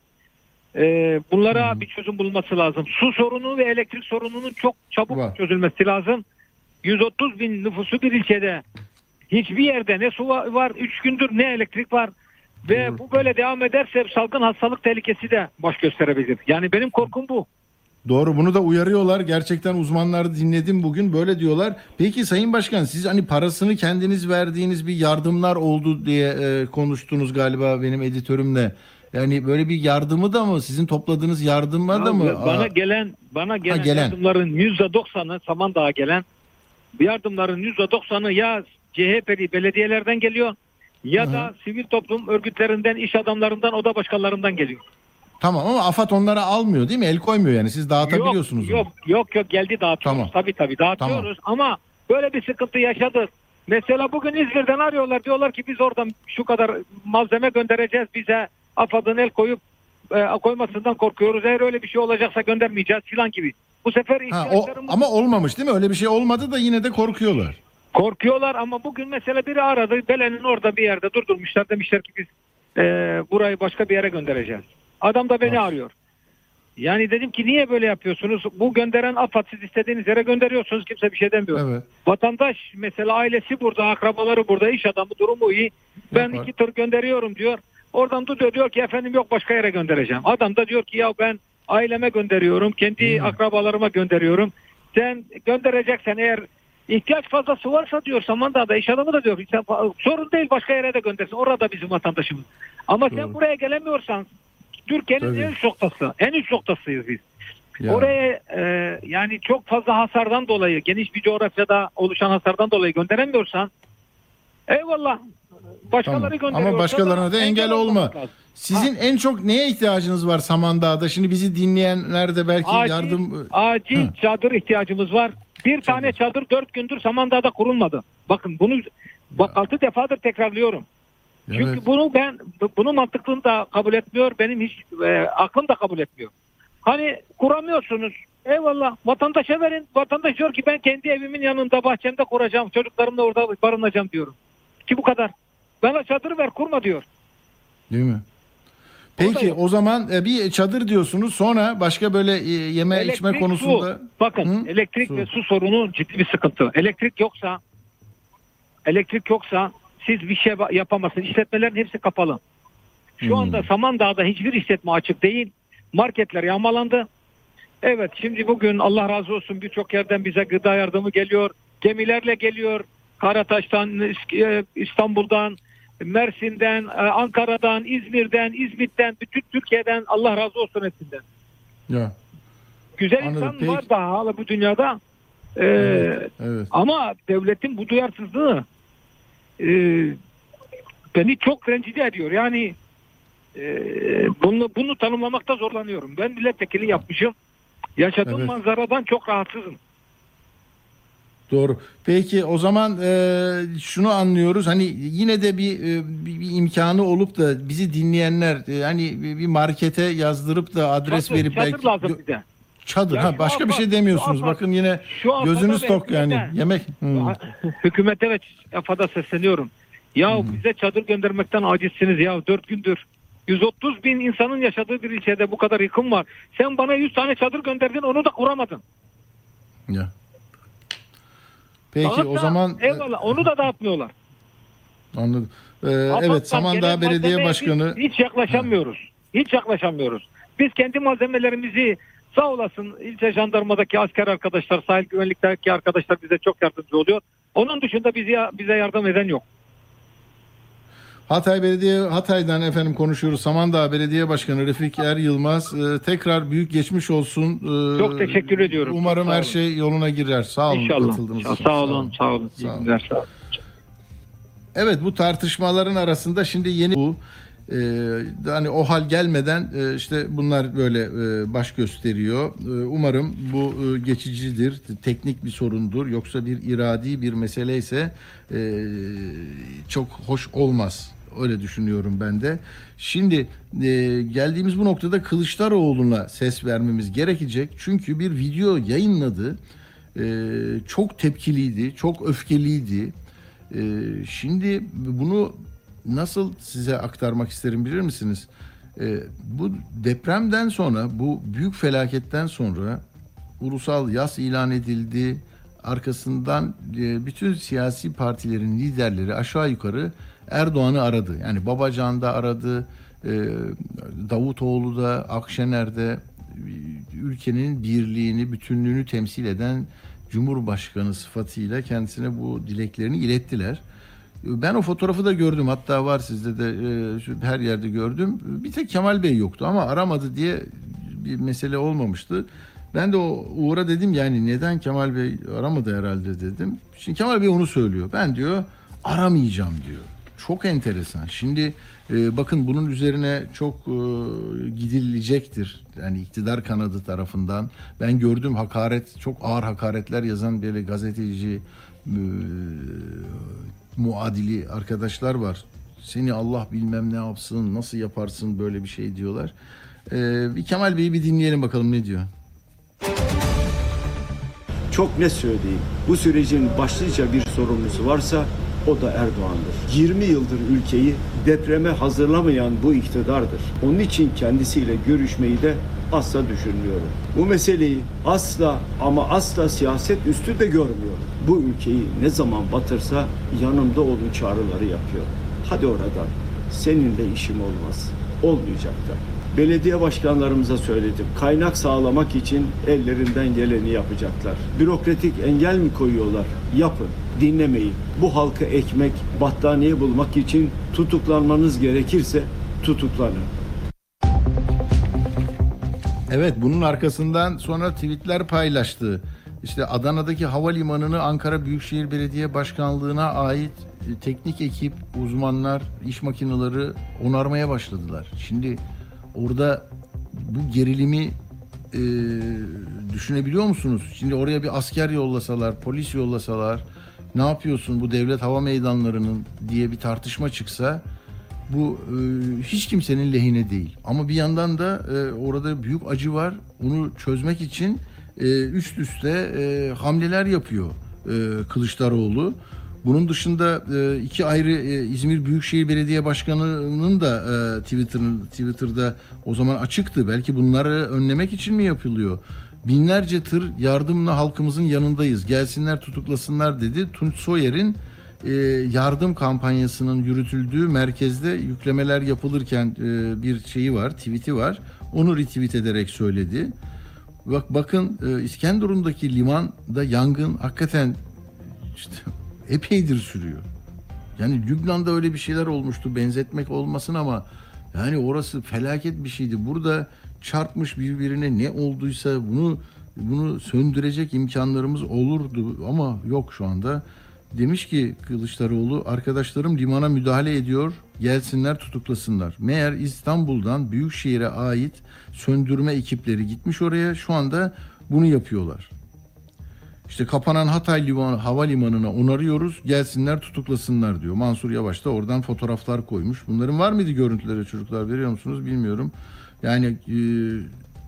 E, bunlara hmm. bir çözüm bulunması lazım. Su sorunu ve elektrik sorununun çok çabuk Var. çözülmesi lazım. yüz otuz bin nüfusu bir ilçede hiçbir yerde ne su var, üç gündür ne elektrik var. Ve hmm. bu böyle devam ederse salgın hastalık tehlikesi de baş gösterebilir. Yani benim korkum bu. Doğru, bunu da uyarıyorlar. Gerçekten uzmanları dinledim bugün, böyle diyorlar. Peki Sayın Başkan, siz hani parasını kendiniz verdiğiniz bir yardımlar oldu diye e, konuştunuz galiba benim editörümle. Yani böyle bir yardımı da mı, sizin topladığınız yardımlar da mı? Bana Aa, gelen bana gelen, ha, gelen. yardımların yüzde doksanı Samandağ'a gelen yardımların yüzde doksanı ya C H P'li belediyelerden geliyor ya Hı-hı. da sivil toplum örgütlerinden, iş adamlarından, oda başkanlarından geliyor. Tamam ama AFAD onlara almıyor değil mi? El koymuyor yani. Siz dağıtabiliyorsunuz. Yok, onu. yok yok yok geldi dağıtıyoruz. Tamam. Tabii tabii dağıtıyoruz ama böyle bir sıkıntı yaşadık. Mesela bugün İzmir'den arıyorlar, diyorlar ki biz oradan şu kadar malzeme göndereceğiz, bize AFAD'ın el koyup e, koymasından korkuyoruz. Eğer öyle bir şey olacaksa göndermeyeceğiz filan gibi. Bu sefer Ha, o, ihtiyaçlarımız... ama olmamış değil mi? Öyle bir şey olmadı da yine de korkuyorlar. Korkuyorlar ama bugün mesela biri aradı. Belen'in orada bir yerde durdurmuşlar. Demişler ki biz e, burayı başka bir yere göndereceğiz. Adam da beni arıyor. Yani dedim ki niye böyle yapıyorsunuz? Bu gönderen AFAD, siz istediğiniz yere gönderiyorsunuz. Kimse bir şey demiyor. Evet. Vatandaş mesela ailesi burada, akrabaları burada, iş adamı durumu iyi. Ben Yapar. iki tır gönderiyorum diyor. Oradan tutuyor diyor ki efendim yok başka yere göndereceğim. Adam da diyor ki ya ben aileme gönderiyorum. Kendi hmm. akrabalarıma gönderiyorum. Sen göndereceksen eğer ihtiyaç fazlası varsa diyor Samandağ'da iş adamı da diyor ki sorun değil başka yere de göndersin. Orada bizim vatandaşımız. Ama Doğru. sen buraya gelemiyorsan Türkiye'nin Tabii. en üst noktası. En üst noktasıyız biz. Ya. Oraya e, yani çok fazla hasardan dolayı, geniş bir coğrafyada oluşan hasardan dolayı gönderemiyorsan eyvallah. Başkaları tamam. gönderiyor. Ama başkalarına da engel olma. Sizin ha. en çok neye ihtiyacınız var Samandağ'da? Şimdi bizi dinleyenler de belki acil, yardım... Acil Hı. çadır ihtiyacımız var. Bir çadır. tane çadır dört gündür Samandağ'da kurulmadı. Bakın bunu bak altı defadır tekrarlıyorum. Evet. Çünkü bunu ben bunu mantıklığını da kabul etmiyor. Benim hiç e, aklım da kabul etmiyor. Hani kuramıyorsunuz. Eyvallah. Vatandaşa verin. Vatandaş diyor ki ben kendi evimin yanında bahçemde kuracağım. Çocuklarımla orada barınacağım diyorum. Ki bu kadar. Bana çadır ver kurma diyor. Değil mi? Peki o, o zaman e, bir çadır diyorsunuz. Sonra başka böyle e, yeme elektrik, içme konusunda. Su. Bakın Hı? elektrik su. ve su sorunu ciddi bir sıkıntı. Elektrik yoksa elektrik yoksa siz bir şey yapamazsınız. İşletmelerin hepsi kapalı. Şu hmm. anda Samandağ'da hiçbir işletme açık değil. Marketler yağmalandı. Evet şimdi bugün Allah razı olsun birçok yerden bize gıda yardımı geliyor. Gemilerle geliyor. Karataş'tan, İstanbul'dan, Mersin'den, Ankara'dan, İzmir'den, İzmit'ten, bütün Türkiye'den Allah razı olsun hepsinden. Ya. Güzel Anladım. insan Peki. var daha hala bu dünyada. Ee, evet, evet. Ama devletin bu duyarsızlığı e, beni çok rencide ediyor. Yani e, bunu, bunu tanımlamakta zorlanıyorum. Ben milletvekili yapmışım. Yaşadığım evet. manzaradan çok rahatsızım. Doğru. Peki o zaman e, şunu anlıyoruz. Hani yine de bir, e, bir, bir imkanı olup da bizi dinleyenler e, hani bir markete yazdırıp da adres çadır, verip çadır belki lazım bize. Çadır. Ya Ha şu başka bir AFAD, şey demiyorsunuz. şu AFAD, Bakın yine şu AFAD'a gözünüz ve tok yani. hükümete- Yemek. Hmm. Hükümete ve AFAD'a sesleniyorum. Ya bize çadır göndermekten acizsiniz ya dört gündür. yüz otuz bin insanın yaşadığı bir ilçede bu kadar yıkım var. Sen bana yüz tane çadır gönderdin, onu da kuramadın. Ya. Peki Dağıt o da, zaman eyvallah, onu da dağıtmıyorlar. anladım. Ee, AFAD'dan evet Samandağ gelen Belediye malzemeye Başkanı biz hiç yaklaşamıyoruz. Hiç yaklaşamıyoruz. Biz kendi malzemelerimizi sağ olasın ilçe jandarmadaki asker arkadaşlar, sahil güvenlikteki arkadaşlar bize çok yardımcı oluyor. Onun dışında bize bize yardım eden yok. Hatay Belediye Hatay'dan efendim konuşuyoruz. Samandağ Belediye Başkanı Refik Er Yılmaz ee, tekrar büyük geçmiş olsun. Ee, Çok teşekkür ediyorum. Umarım Sağ her olun. şey yoluna girer. Sağ olun İnşallah. katıldığınız Sağ, için. sağ olun, sağ olun. Sağ olun. İyi günler, sağ olun. Evet bu tartışmaların arasında şimdi yeni bu e, hani o hal gelmeden e, işte bunlar böyle e, baş gösteriyor. E, umarım bu e, geçicidir, teknik bir sorundur. Yoksa bir iradi bir mesele ise e, çok hoş olmaz. Öyle düşünüyorum ben de. Şimdi e, geldiğimiz bu noktada Kılıçdaroğlu'na ses vermemiz gerekecek. Çünkü bir video yayınladı. E, çok tepkiliydi, çok öfkeliydi. Ee, şimdi bunu nasıl size aktarmak isterim bilir misiniz? Ee, bu depremden sonra, bu büyük felaketten sonra ulusal yas ilan edildi. Arkasından e, bütün siyasi partilerin liderleri aşağı yukarı Erdoğan'ı aradı. Yani Babacan da aradı, e, Davutoğlu da, Akşener de, ülkenin birliğini, bütünlüğünü temsil eden Cumhurbaşkanı sıfatıyla kendisine bu dileklerini ilettiler. Ben o fotoğrafı da gördüm. Hatta var sizde de e, her yerde gördüm. Bir tek Kemal Bey yoktu ama aramadı diye bir mesele olmamıştı. Ben de o Uğur'a dedim yani neden Kemal Bey aramadı herhalde dedim. Şimdi Kemal Bey onu söylüyor. Ben diyor aramayacağım diyor. Çok enteresan. Şimdi e, bakın bunun üzerine çok e, gidilecektir. Yani iktidar kanadı tarafından. Ben gördüm hakaret, çok ağır hakaretler yazan böyle gazeteci e, muadili arkadaşlar var. Seni Allah bilmem ne yapsın, nasıl yaparsın böyle bir şey diyorlar. E, bir Kemal Bey'i bir dinleyelim bakalım ne diyor. Çok net söyleyeyim. Bu sürecin başlıca bir sorumlusu varsa o da Erdoğan'dır. yirmi yıldır ülkeyi depreme hazırlamayan bu iktidardır. Onun için kendisiyle görüşmeyi de asla düşünmüyorum. Bu meseleyi asla ama asla siyaset üstü de görmüyorum. Bu ülkeyi ne zaman batırsa yanımda olun çağrıları yapıyor. Hadi oradan. Seninle işim olmaz. Olmayacak da. Belediye başkanlarımıza söyledim. Kaynak sağlamak için ellerinden geleni yapacaklar. Bürokratik engel mi koyuyorlar? Yapın. Dinlemeyin. Bu halka ekmek, battaniye bulmak için tutuklanmanız gerekirse tutuklanın. Evet bunun arkasından sonra tweetler paylaştı. İşte Adana'daki havalimanını Ankara Büyükşehir Belediye Başkanlığı'na ait teknik ekip, uzmanlar, iş makineleri onarmaya başladılar. Şimdi orada bu gerilimi e, düşünebiliyor musunuz? Şimdi oraya bir asker yollasalar, polis yollasalar, ne yapıyorsun bu devlet hava meydanlarının diye bir tartışma çıksa bu e, hiç kimsenin lehine değil. Ama bir yandan da e, orada büyük acı var. Onu çözmek için e, üst üste e, hamleler yapıyor e, Kılıçdaroğlu. Bunun dışında e, iki ayrı e, İzmir Büyükşehir Belediye Başkanı'nın da e, Twitter'ın Twitter'da o zaman açıktı. Belki bunları önlemek için mi yapılıyor? Binlerce tır yardımla halkımızın yanındayız. Gelsinler tutuklasınlar dedi. Tunç Soyer'in e, yardım kampanyasının yürütüldüğü merkezde yüklemeler yapılırken e, bir şeyi var, tweet'i var. Onu retweet ederek söyledi. Bak bakın e, İskenderun'daki limanda yangın hakikaten işte epeydir sürüyor. Yani Lübnan'da öyle bir şeyler olmuştu. Benzetmek olmasın ama yani orası felaket bir şeydi. Burada çarpmış birbirine ne olduysa bunu bunu söndürecek imkanlarımız olurdu ama yok şu anda. Demiş ki Kılıçdaroğlu, arkadaşlarım limana müdahale ediyor, gelsinler tutuklasınlar. Meğer İstanbul'dan Büyükşehir'e ait söndürme ekipleri gitmiş oraya, şu anda bunu yapıyorlar. İşte kapanan Hatay Liman, Havalimanı'na onarıyoruz, gelsinler tutuklasınlar diyor. Mansur Yavaş da oradan fotoğraflar koymuş. Bunların var mıydı görüntüleri çocuklar, veriyor musunuz bilmiyorum. Yani e,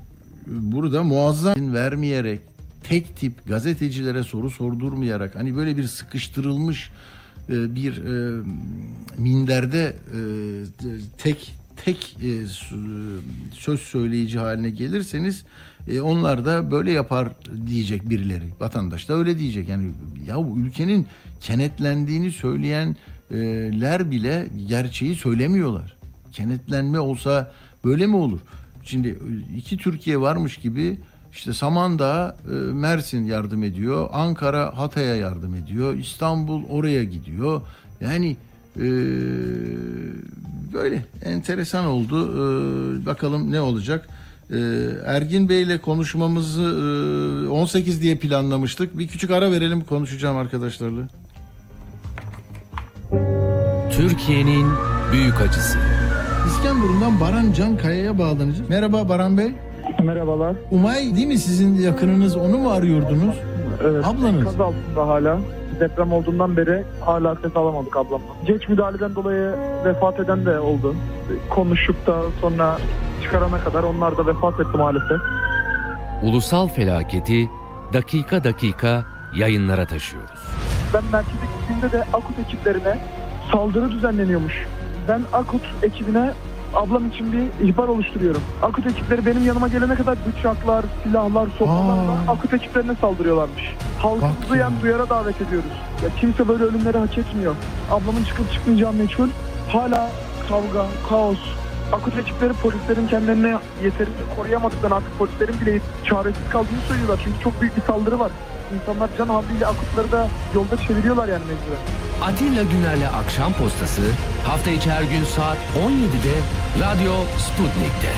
burada muazzam vermeyerek, tek tip gazetecilere soru sordurmayarak, hani böyle bir sıkıştırılmış e, bir e, minderde e, tek tek e, söz söyleyici haline gelirseniz e, onlar da böyle yapar diyecek birileri. Vatandaş da öyle diyecek. Yani ya bu ülkenin kenetlendiğini söyleyenler bile gerçeği söylemiyorlar. Kenetlenme olsa böyle mi olur? Şimdi iki Türkiye varmış gibi işte Samandağ, Mersin yardım ediyor. Ankara Hatay'a yardım ediyor. İstanbul oraya gidiyor. Yani e, böyle enteresan oldu. E, bakalım ne olacak? E, Ergin Bey ile konuşmamızı e, on sekiz diye planlamıştık. Bir küçük ara verelim, konuşacağım arkadaşlarla. Türkiye'nin büyük acısı. İskenderun'dan Baran Cankaya'ya bağlanacağız. Merhaba Baran Bey. Merhabalar. Umay değil mi sizin yakınınız? Onu mu arıyordunuz? Evet. Ablanız. Kaz altında hala. Deprem olduğundan beri hala ses alamadık ablamla. Geç müdahaleden dolayı vefat eden de oldu. Konuşup da sonra çıkarana kadar onlar da vefat etti maalesef. Ulusal felaketi dakika dakika yayınlara taşıyoruz. Ben merkeze gittiğimde de AKUT ekiplerine saldırı düzenleniyormuş. Ben AKUT ekibine ablam için bir ihbar oluşturuyorum. AKUT ekipleri benim yanıma gelene kadar bıçaklar, silahlar, sopalarla AKUT ekiplerine saldırıyorlarmış. Halkımızı yan duyara davet ediyoruz. Ya kimse böyle ölümleri hak etmiyor. Ablamın çıkıp çıkmayacağı meçhul. Hala kavga, kaos. AKUT ekipleri polislerin kendilerine yeterince koruyamadıklarını, artık polislerin bile çaresiz kaldığını söylüyorlar. Çünkü çok büyük bir saldırı var. İnsanlar can havliyle AKUT'ları da yolda çeviriyorlar yani mecburen. Atilla Güner'le Akşam Postası hafta içi her gün saat on yedide Radyo Sputnik'te.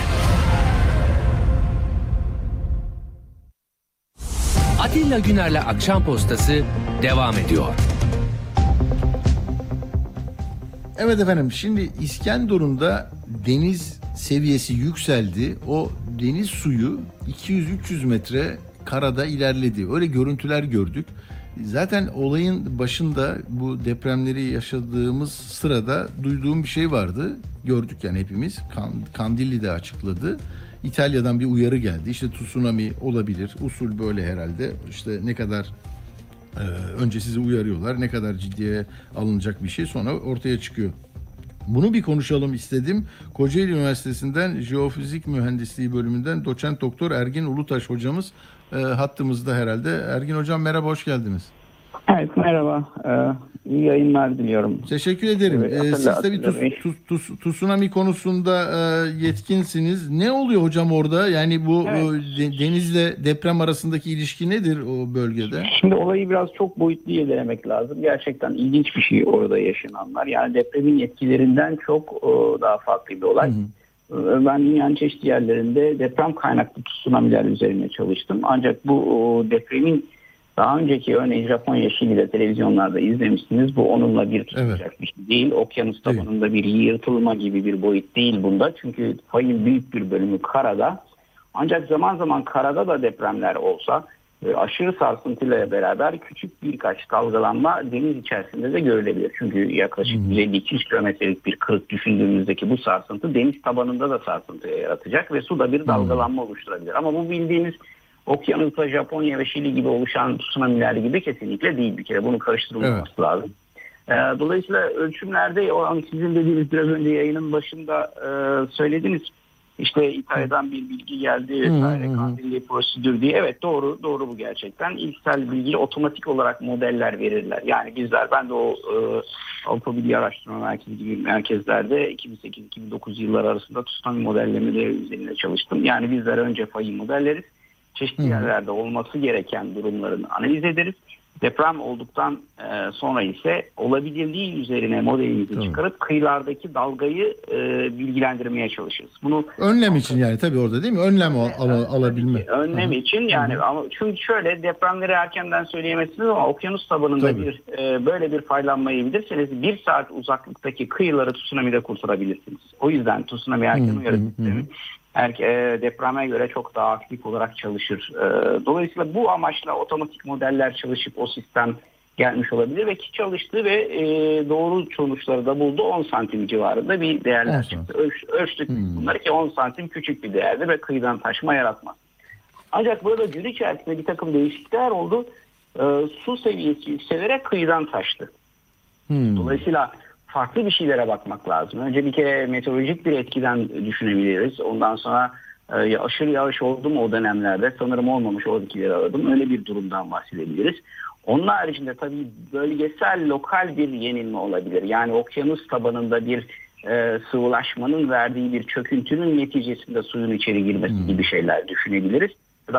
Atilla Güner'le Akşam Postası devam ediyor. Evet efendim, şimdi İskenderun'da deniz seviyesi yükseldi. O deniz suyu iki yüz üç yüz metre karada ilerledi. Öyle görüntüler gördük. Zaten olayın başında bu depremleri yaşadığımız sırada duyduğum bir şey vardı. Gördük yani hepimiz. Kandilli de açıkladı. İtalya'dan bir uyarı geldi. İşte tsunami olabilir. Usul böyle herhalde. İşte ne kadar e, önce sizi uyarıyorlar. Ne kadar ciddiye alınacak bir şey sonra ortaya çıkıyor. Bunu bir konuşalım istedim. Kocaeli Üniversitesi'nden Jeofizik Mühendisliği bölümünden doçent doktor Ergin Ulutaş hocamız e, hattımızda herhalde. Ergin hocam merhaba, hoş geldiniz. Evet merhaba. Ee, iyi yayınlar diliyorum. Teşekkür ederim. Evet, ee, siz de bir tus, tus, tus, tsunami konusunda e, yetkinsiniz. Ne oluyor hocam orada? Yani bu evet. o, de, denizle deprem arasındaki ilişki nedir o bölgede? Şimdi olayı biraz çok boyutlu irdelemek lazım. Gerçekten ilginç bir şey orada yaşananlar. Yani depremin etkilerinden çok o, daha farklı bir olay. Hı hı. Ben dünyanın çeşitli yerlerinde deprem kaynaklı tsunamiler üzerine çalıştım. Ancak bu o, depremin daha önceki örneğin Japonya, Şili'de televizyonlarda izlemişsiniz. Bu onunla bir tutacak evet. bir şey değil. Okyanus tabanında bir yırtılma gibi bir boyut değil bunda. Çünkü fayın büyük bir bölümü karada. Ancak zaman zaman karada da depremler olsa aşırı sarsıntıyla beraber küçük birkaç dalgalanma deniz içerisinde de görülebilir. Çünkü yaklaşık yüz elli iki yüz kilometrelik bir kırık düşündüğümüzdeki bu sarsıntı deniz tabanında da sarsıntı yaratacak ve suda bir dalgalanma oluşturabilir. Ama bu bildiğimiz Okyanus'ta Japonya ve Şili gibi oluşan tsunamiler gibi kesinlikle değil bir kere. Bunu karıştırılmaması evet. lazım. Ee, dolayısıyla ölçümlerde o an sizin dediğiniz biraz önce yayının başında e, söylediniz. İşte İtalya'dan bir bilgi geldi vesaire, kandilli prosedür diye. Evet doğru doğru bu gerçekten. İlksel bilgiyi otomatik olarak modeller verirler. Yani bizler ben de o e, Avrupa Bilgi Araştırma Merkezi gibi merkezlerde iki bin sekiz iki bin dokuz yılları arasında tsunami modellemeleri üzerinde çalıştım. Yani bizler önce fayı modelleriz. Çeşitli yerlerde olması gereken durumların analiz ederiz. Deprem olduktan e, sonra ise olabildiği üzerine modelimizi evet. çıkarıp kıyılardaki dalgayı e, bilgilendirmeye çalışırız. Bunu önlem için yani tabii orada değil mi? Önlem al, al, alabilme. Önlem Hı-hı. için yani Hı-hı. ama çünkü şöyle depremleri erkenden söyleyemezsiniz ama okyanus tabanında tabii. bir e, böyle bir faylanmayı bilirseniz bir saat uzaklıktaki kıyıları tsunami'de kurtarabilirsiniz. O yüzden tsunami erken uyarı sistemi depreme göre çok daha aktif olarak çalışır. Dolayısıyla bu amaçla otomatik modeller çalışıp o sistem gelmiş olabilir ve ki çalıştı ve doğru sonuçları da buldu. on santim civarında bir değerler çıktı. Ölç, ölçtük hmm. bunları ki on santim küçük bir değerdir ve kıyıdan taşma yaratmaz. Ancak burada gün içerisinde bir takım değişiklikler oldu. E, su seviyesi yükselerek kıyıdan taştı. Hmm. Dolayısıyla farklı bir şeylere bakmak lazım. Önce bir kere meteorolojik bir etkiden düşünebiliriz. Ondan sonra e, aşırı yağış oldu mu o dönemlerde? Sanırım olmamış, oradakileri aradım. Öyle bir durumdan bahsedebiliriz. Onun haricinde tabii bölgesel, lokal bir yenilme olabilir. Yani okyanus tabanında bir e, sıvılaşmanın verdiği bir çöküntünün neticesinde suyun içeri girmesi hmm. gibi şeyler düşünebiliriz.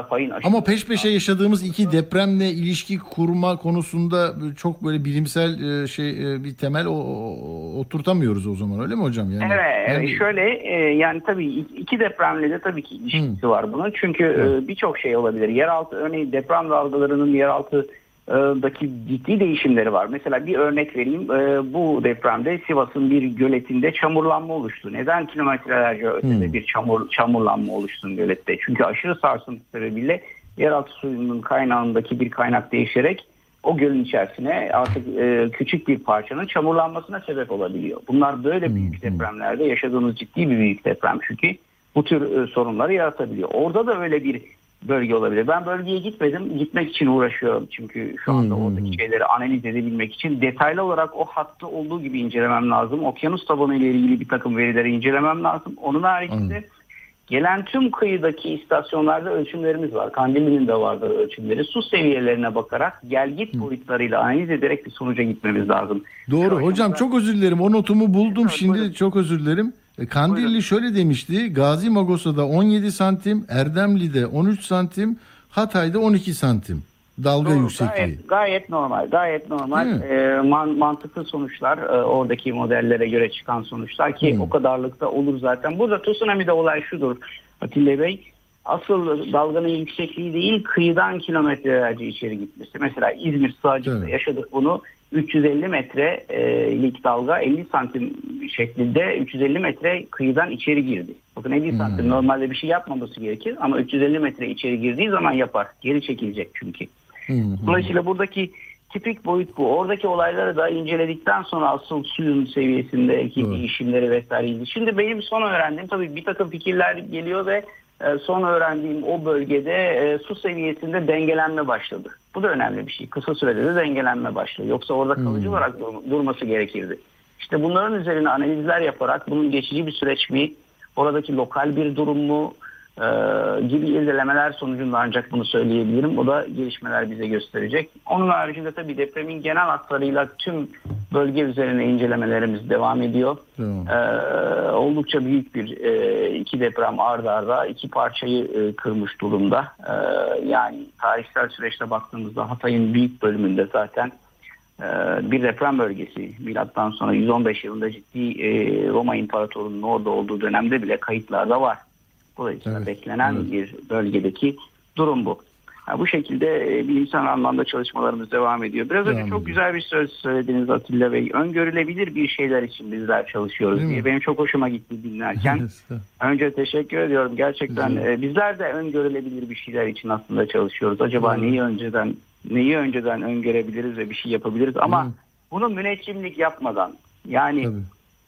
Ama peş peşe yaşadığımız iki depremle ilişki kurma konusunda çok böyle bilimsel şey bir temel oturtamıyoruz o zaman, öyle mi hocam? Yani, evet yani... şöyle yani tabii iki depremle de tabii ki ilişkisi hmm. var bunun. Çünkü evet. birçok şey olabilir. Yeraltı, örneğin deprem dalgalarının yeraltı daki ciddi değişimleri var. Mesela bir örnek vereyim. Bu depremde Sivas'ın bir göletinde çamurlanma oluştu. Neden kilometrelerce ötede hmm. bir çamur çamurlanma oluştu gölette? Çünkü aşırı sarsıntı sebebiyle yeraltı suyunun kaynağındaki bir kaynak değişerek o gölün içerisine artık küçük bir parçanın çamurlanmasına sebep olabiliyor. Bunlar böyle hmm. büyük depremlerde yaşadığımız ciddi bir büyük deprem çünkü bu tür sorunları yaratabiliyor. Orada da öyle bir bölge olabilir. Ben bölgeye gitmedim. Gitmek için uğraşıyorum. Çünkü şu anda hmm. oradaki şeyleri analiz edebilmek için detaylı olarak o hattı olduğu gibi incelemem lazım. Okyanus tabanı ile ilgili bir takım verileri incelemem lazım. Onun haricinde hmm. gelen tüm kıyıdaki istasyonlarda ölçümlerimiz var. Kandilli'nin de vardır ölçümleri. Su seviyelerine bakarak gel-git hmm. boyutlarıyla analiz ederek bir sonuca gitmemiz lazım. Doğru. Şu hocam çok özür dilerim. O notumu buldum evet, şimdi. Buyurun. Çok özür dilerim. Kandilli Buyurun. şöyle demişti. Gazi Magosa'da on yedi santim, Erdemli'de on üç santim, Hatay'da on iki santim dalga Doğru, yüksekliği. Gayet, gayet normal, gayet normal. E, man, mantıklı sonuçlar, e, oradaki modellere göre çıkan sonuçlar ki hmm. o kadarlıkta olur zaten. Burada tsunami'de olay şudur Atilla Bey. Asıl dalganın yüksekliği değil, kıyıdan kilometrelerce içeri gitmesi. Mesela İzmir Sığacık'ta evet. yaşadık bunu. üç yüz elli metrelik dalga elli santim şeklinde üç yüz elli metre kıyıdan içeri girdi. Bakın elli hmm. santim normalde bir şey yapmaması gerekir ama üç yüz elli metre içeri girdiği zaman yapar. Geri çekilecek çünkü. Hmm. Dolayısıyla buradaki tipik boyut bu. Oradaki olayları da inceledikten sonra asıl suyun seviyesindeki hmm. değişimleri vesaire. Şimdi benim son öğrendiğim tabii bir takım fikirler geliyor ve son öğrendiğim o bölgede e, su seviyesinde dengelenme başladı. Bu da önemli bir şey. Kısa sürede de dengelenme başladı. Yoksa orada kalıcı hmm. olarak dur- durması gerekirdi. İşte bunların üzerine analizler yaparak bunun geçici bir süreç mi, oradaki lokal bir durum mu e, gibi irdelemeler sonucunda ancak bunu söyleyebilirim. O da gelişmeler bize gösterecek. Onun haricinde tabii depremin genel hatlarıyla tüm bölge üzerine incelemelerimiz devam ediyor. Hmm. Ee, oldukça büyük bir e, iki deprem ard arda iki parçayı e, kırmış durumda. Ee, yani tarihsel süreçte baktığımızda Hatay'ın büyük bölümünde zaten e, bir deprem bölgesi. Milattan sonra yüz on beş yılında ciddi e, Roma İmparatorluğu'nun orada olduğu dönemde bile kayıtlarda var. Dolayısıyla evet. beklenen evet. bir bölgedeki durum bu. Yani bu şekilde e, bilimsel anlamda çalışmalarımız devam ediyor. Biraz devam önce çok ediyor. Güzel bir söz söylediniz Atilla Bey. Öngörülebilir bir şeyler için bizler çalışıyoruz Değil diye. Mi? Benim çok hoşuma gitti dinlerken. Önce teşekkür ediyorum. Gerçekten e, bizler de öngörülebilir bir şeyler için aslında çalışıyoruz. Acaba Hı. neyi önceden neyi önceden öngörebiliriz ve bir şey yapabiliriz ama Hı. bunu müneccimlik yapmadan yani Tabii.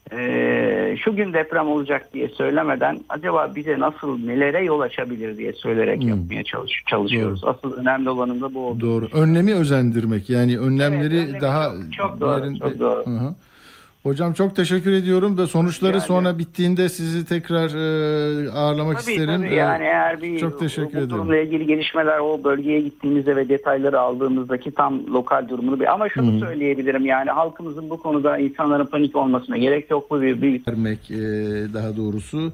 Ee, şu gün deprem olacak diye söylemeden acaba bize nasıl nelere yol açabilir diye söyleyerek hmm. yapmaya çalış, çalışıyoruz. Doğru. Asıl önemli olanın da bu oldu. Doğru. Önlemi özendirmek yani önlemleri evet, daha çok, çok doğru. Yerinde... Çok doğru. Hı-hı. Hocam çok teşekkür ediyorum da sonuçları yani, sonra bittiğinde sizi tekrar e, ağırlamak tabii, isterim. Tabii yani eğer bir çok teşekkür bu durumla ilgili gelişmeler o bölgeye gittiğimizde ve detayları aldığımızdaki tam lokal durumunu bir ama şunu Hı-hı. söyleyebilirim yani halkımızın bu konuda insanların panik olmasına gerek yok bu bir büyük vermek e, daha doğrusu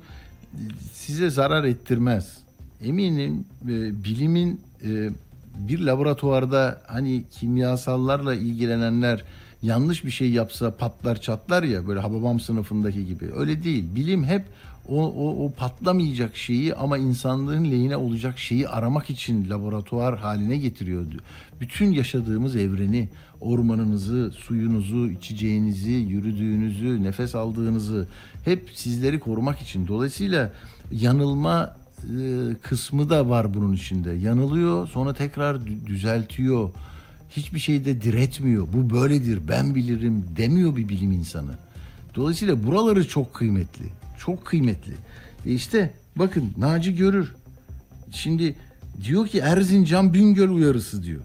size zarar ettirmez. Eminim e, bilimin e, bir laboratuvarda hani kimyasallarla ilgilenenler yanlış bir şey yapsa patlar çatlar ya böyle Hababam sınıfındaki gibi. Öyle değil. Bilim hep o, o, o patlamayacak şeyi ama insanlığın lehine olacak şeyi aramak için laboratuvar haline getiriyordu. Bütün yaşadığımız evreni, ormanınızı, suyunuzu, içeceğinizi, yürüdüğünüzü, nefes aldığınızı hep sizleri korumak için. Dolayısıyla yanılma e, kısmı da var bunun içinde. Yanılıyor, sonra tekrar düzeltiyor. Hiçbir şeyde diretmiyor. Bu böyledir, ben bilirim demiyor bir bilim insanı. Dolayısıyla buraları çok kıymetli. Çok kıymetli. E işte bakın Naci Görür. Şimdi Diyor ki Erzincan Bingöl uyarısı diyor.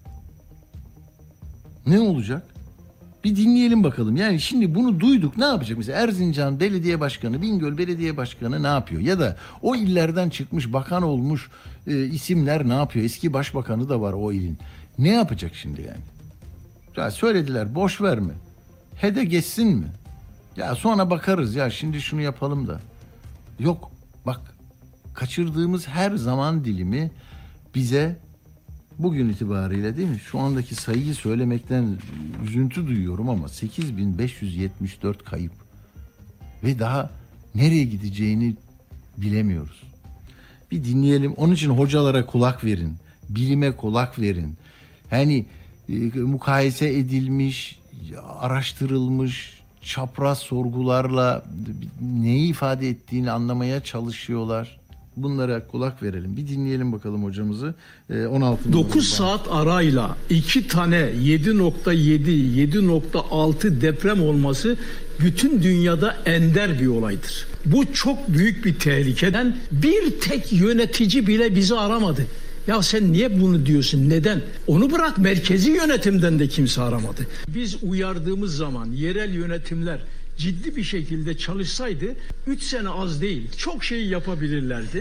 Ne olacak? Bir dinleyelim bakalım. Yani şimdi bunu duyduk, ne yapacak? Mesela Erzincan Belediye Başkanı, Bingöl Belediye Başkanı ne yapıyor? Ya da o illerden çıkmış bakan olmuş e, isimler ne yapıyor? Eski başbakanı da var o ilin. Ne yapacak şimdi yani? Ya söylediler, boş verme. Hede geçsin mi? Ya sonra bakarız, ya şimdi şunu yapalım da. Yok, bak kaçırdığımız her zaman dilimi bize bugün itibariyle, değil mi? Şu andaki sayıyı söylemekten üzüntü duyuyorum ama sekiz bin beş yüz yetmiş dört kayıp. Ve daha nereye gideceğini bilemiyoruz. Bir dinleyelim. Onun için hocalara kulak verin. Bilime kulak verin. Hani e, mukayese edilmiş, araştırılmış, çapraz sorgularla neyi ifade ettiğini anlamaya çalışıyorlar. Bunlara kulak verelim. Bir dinleyelim bakalım hocamızı. Ee, on altı dokuz saat arayla iki tane yedi nokta yedi, yedi nokta altı deprem olması bütün dünyada ender bir olaydır. Bu çok büyük bir tehlikeden bir tek yönetici bile bizi aramadı. Ya sen niye bunu diyorsun? Neden? Onu bırak, merkezi yönetimden de kimse aramadı. Biz uyardığımız zaman yerel yönetimler ciddi bir şekilde çalışsaydı üç sene az değil, çok şey yapabilirlerdi.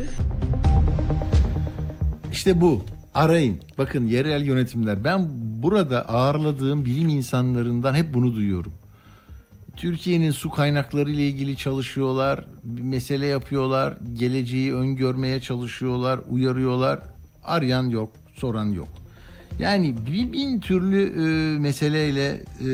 İşte bu. Arayın. Bakın yerel yönetimler. Ben burada ağırladığım bilim insanlarından hep bunu duyuyorum. Türkiye'nin su kaynakları ile ilgili çalışıyorlar, bir mesele yapıyorlar, geleceği öngörmeye çalışıyorlar, uyarıyorlar. Arayan yok, soran yok. Yani bin, bin türlü e, meseleyle e,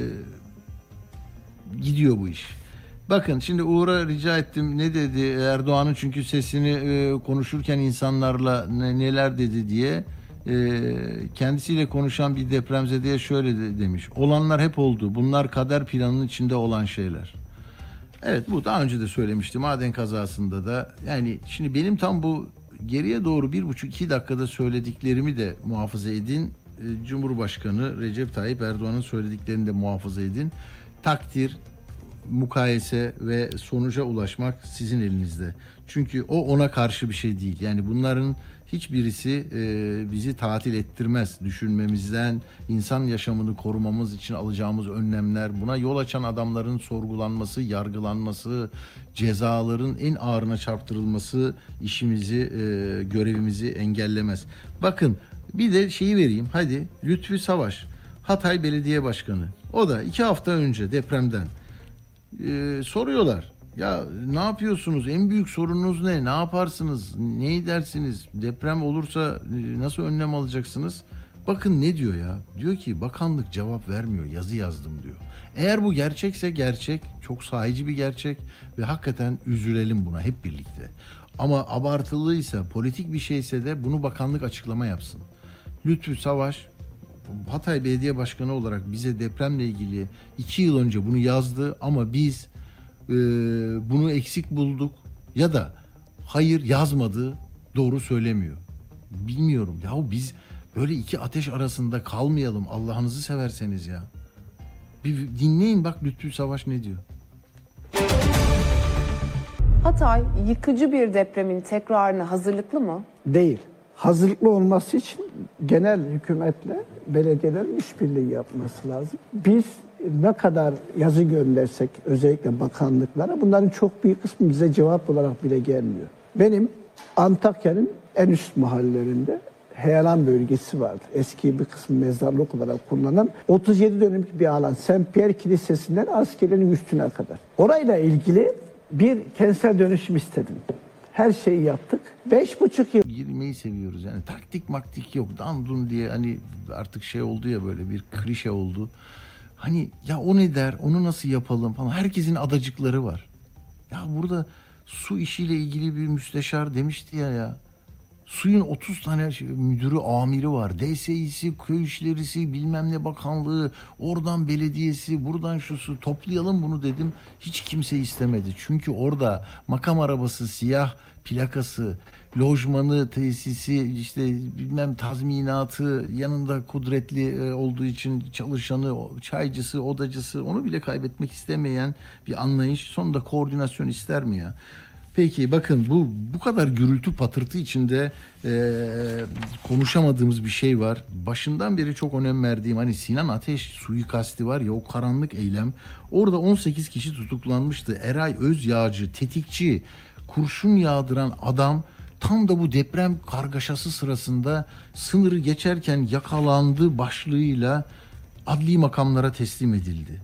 gidiyor bu iş. Bakın şimdi Uğur'a rica ettim, ne dedi Erdoğan'ın, çünkü sesini e, konuşurken insanlarla ne, neler dedi diye e, kendisiyle konuşan bir depremzedeye şöyle de, demiş. Olanlar hep oldu. Bunlar kader planının içinde olan şeyler. Evet, bu daha önce de söylemiştim maden kazasında da. Yani şimdi benim tam bu geriye doğru bir buçuk iki dakikada söylediklerimi de muhafaza edin. E, Cumhurbaşkanı Recep Tayyip Erdoğan'ın söylediklerini de muhafaza edin. Takdir, mukayese ve sonuca ulaşmak sizin elinizde. Çünkü o ona karşı bir şey değil. Yani bunların hiçbirisi e, bizi tatil ettirmez. Düşünmemizden, insan yaşamını korumamız için alacağımız önlemler, buna yol açan adamların sorgulanması, yargılanması, cezaların en ağırına çarptırılması işimizi, e, görevimizi engellemez. Bakın bir de şeyi vereyim. Hadi, Lütfü Savaş, Hatay Belediye Başkanı. O da iki hafta önce depremden e, soruyorlar. Ya ne yapıyorsunuz? En büyük sorununuz ne? Ne yaparsınız? Ne edersiniz? Deprem olursa e, nasıl önlem alacaksınız? Bakın ne diyor ya? Diyor ki bakanlık cevap vermiyor. Yazı yazdım diyor. Eğer bu gerçekse gerçek, çok sahici bir gerçek ve hakikaten üzülelim buna hep birlikte. Ama abartılıysa, politik bir şeyse de bunu bakanlık açıklama yapsın. Lütfü Savaş Hatay Belediye Başkanı olarak bize depremle ilgili iki yıl önce bunu yazdı ama biz e, bunu eksik bulduk ya da hayır yazmadı, doğru söylemiyor. Bilmiyorum. Yahu biz böyle iki ateş arasında kalmayalım, Allah'ınızı severseniz ya. Bir dinleyin bak Lütfü Savaş ne diyor. Hatay yıkıcı bir depremin tekrarına hazırlıklı mı? Değil. Hazırlıklı olması için genel hükümetle belediyelerin işbirliği yapması lazım. Biz ne kadar yazı göndersek özellikle bakanlıklara bunların çok büyük kısmı bize cevap olarak bile gelmiyor. Benim Antakya'nın en üst mahallelerinde Heyelan bölgesi vardı. Eski bir kısmı mezarlık olarak kullanılan otuz yedi dönümlük bir alan. Saint Pierre Kilisesi'nden Askeriye'nin üstüne kadar. Orayla ilgili bir kentsel dönüşüm istedim. Her şeyi yaptık. Beş buçuk yıl. Girmeyi seviyoruz yani. Taktik maktik yok. Dandun diye hani artık şey oldu ya, böyle bir klişe oldu. Hani ya o ne der, onu nasıl yapalım falan. Herkesin adacıkları var. Ya burada su işiyle ilgili bir müsteşar demişti ya ya. Suyun otuz tane müdürü, amiri var. D S İ'si, köy işlerisi, bilmem ne bakanlığı, oradan belediyesi, buradan şusu, toplayalım bunu dedim. Hiç kimse istemedi. Çünkü orada makam arabası, siyah plakası, lojmanı, tesisi, işte bilmem tazminatı, yanında kudretli olduğu için çalışanı, çaycısı, odacısı, onu bile kaybetmek istemeyen bir anlayış. Sonunda koordinasyon ister mi ya? Peki bakın bu bu kadar gürültü patırtı içinde e, konuşamadığımız bir şey var. Başından beri çok önem verdiğim hani Sinan Ateş suikasti var ya, o karanlık eylem. Orada on sekiz kişi tutuklanmıştı. Eray Özyağcı, tetikçi, kurşun yağdıran adam tam da bu deprem kargaşası sırasında sınırı geçerken yakalandı başlığıyla adli makamlara teslim edildi.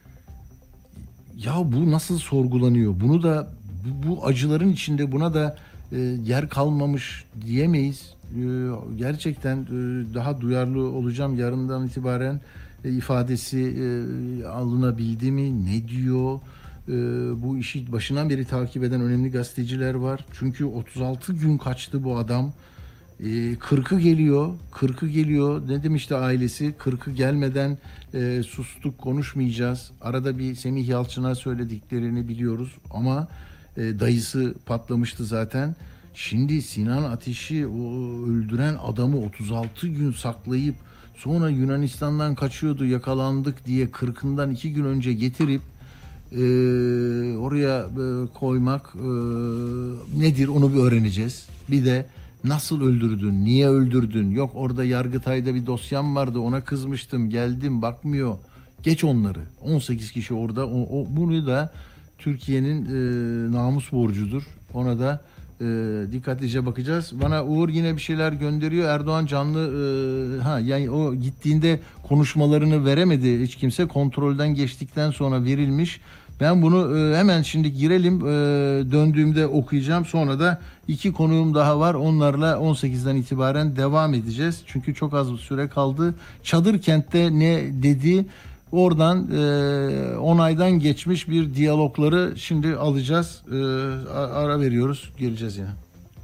Ya bu nasıl sorgulanıyor? Bunu da bu, bu acıların içinde buna da e, yer kalmamış diyemeyiz. E, gerçekten e, daha duyarlı olacağım yarından itibaren. E, ifadesi e, alınabildi mi? Ne diyor? E, bu işi başından beri takip eden önemli gazeteciler var. Çünkü otuz altı gün kaçtı bu adam. E, kırkı geliyor. kırkı geliyor. Ne demişti ailesi? kırkı gelmeden e, sustuk, konuşmayacağız. Arada bir Semih Yalçın'a söylediklerini biliyoruz ama e, dayısı patlamıştı zaten. Şimdi Sinan Ateş'i o öldüren adamı otuz altı gün saklayıp sonra Yunanistan'dan kaçıyordu, yakalandık diye kırkından iki gün önce getirip e, oraya e, koymak e, nedir onu bir öğreneceğiz. Bir de nasıl öldürdün, niye öldürdün, yok orada Yargıtay'da bir dosyam vardı ona kızmıştım, geldim bakmıyor. Geç onları. on sekiz kişi orada. O, o, bunu da Türkiye'nin e, namus borcudur. Ona da e, dikkatlice bakacağız. Bana Uğur yine bir şeyler gönderiyor. Erdoğan canlı e, ha yani o gittiğinde konuşmalarını veremedi hiç kimse. Kontrolden geçtikten sonra verilmiş. Ben bunu e, hemen şimdi girelim. E, döndüğümde okuyacağım. Sonra da iki konuğum daha var. Onlarla on sekizden itibaren devam edeceğiz. Çünkü çok az bir süre kaldı. Çadır kentte ne dedi? Oradan e, on aydan geçmiş bir diyalogları şimdi alacağız. E, ara veriyoruz. Geleceğiz yine.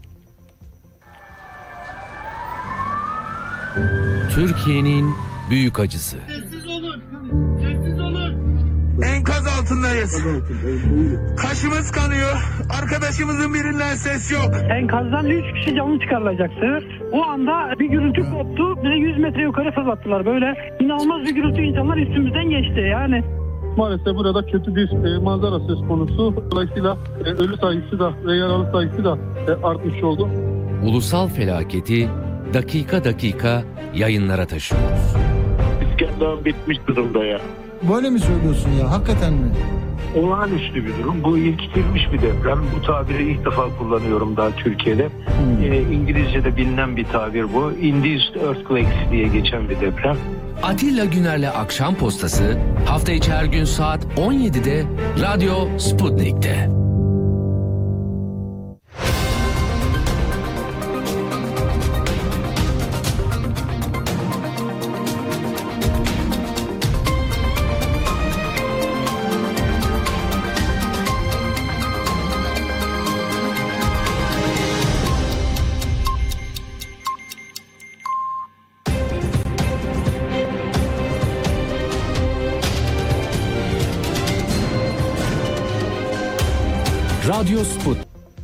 Türkiye'nin büyük acısı. Sessiz olun. Sessiz olun. Enkaz altındayız. Kaşımız kanıyor. Arkadaşımızın birinden ses yok. Enkazdan üç kişi canlı çıkarılacaktı. O anda bir gürültü koptu. Bize yüz metre yukarı fırlattılar. Böyle inanılmaz bir gürültü, insanlar üstümüzden geçti yani. Maalesef burada kötü bir e, manzara söz konusu. Dolayısıyla e, ölü sayısı da ve yaralı sayısı da e, artmış oldu. Ulusal felaketi dakika dakika yayınlara taşıyoruz. İskender bitmiş durumda ya. Böyle mi söylüyorsun ya? Hakikaten mi? Olağanüstü bir durum. Bu ilkitilmiş bir deprem. Bu tabiri ilk defa kullanıyorum daha Türkiye'de. Hmm. E, İngilizce'de bilinen bir tabir bu. Induced Earthquakes diye geçen bir deprem. Atilla Güner'le Akşam Postası hafta içi her gün saat on yedide Radyo Sputnik'te. Radyo Sput.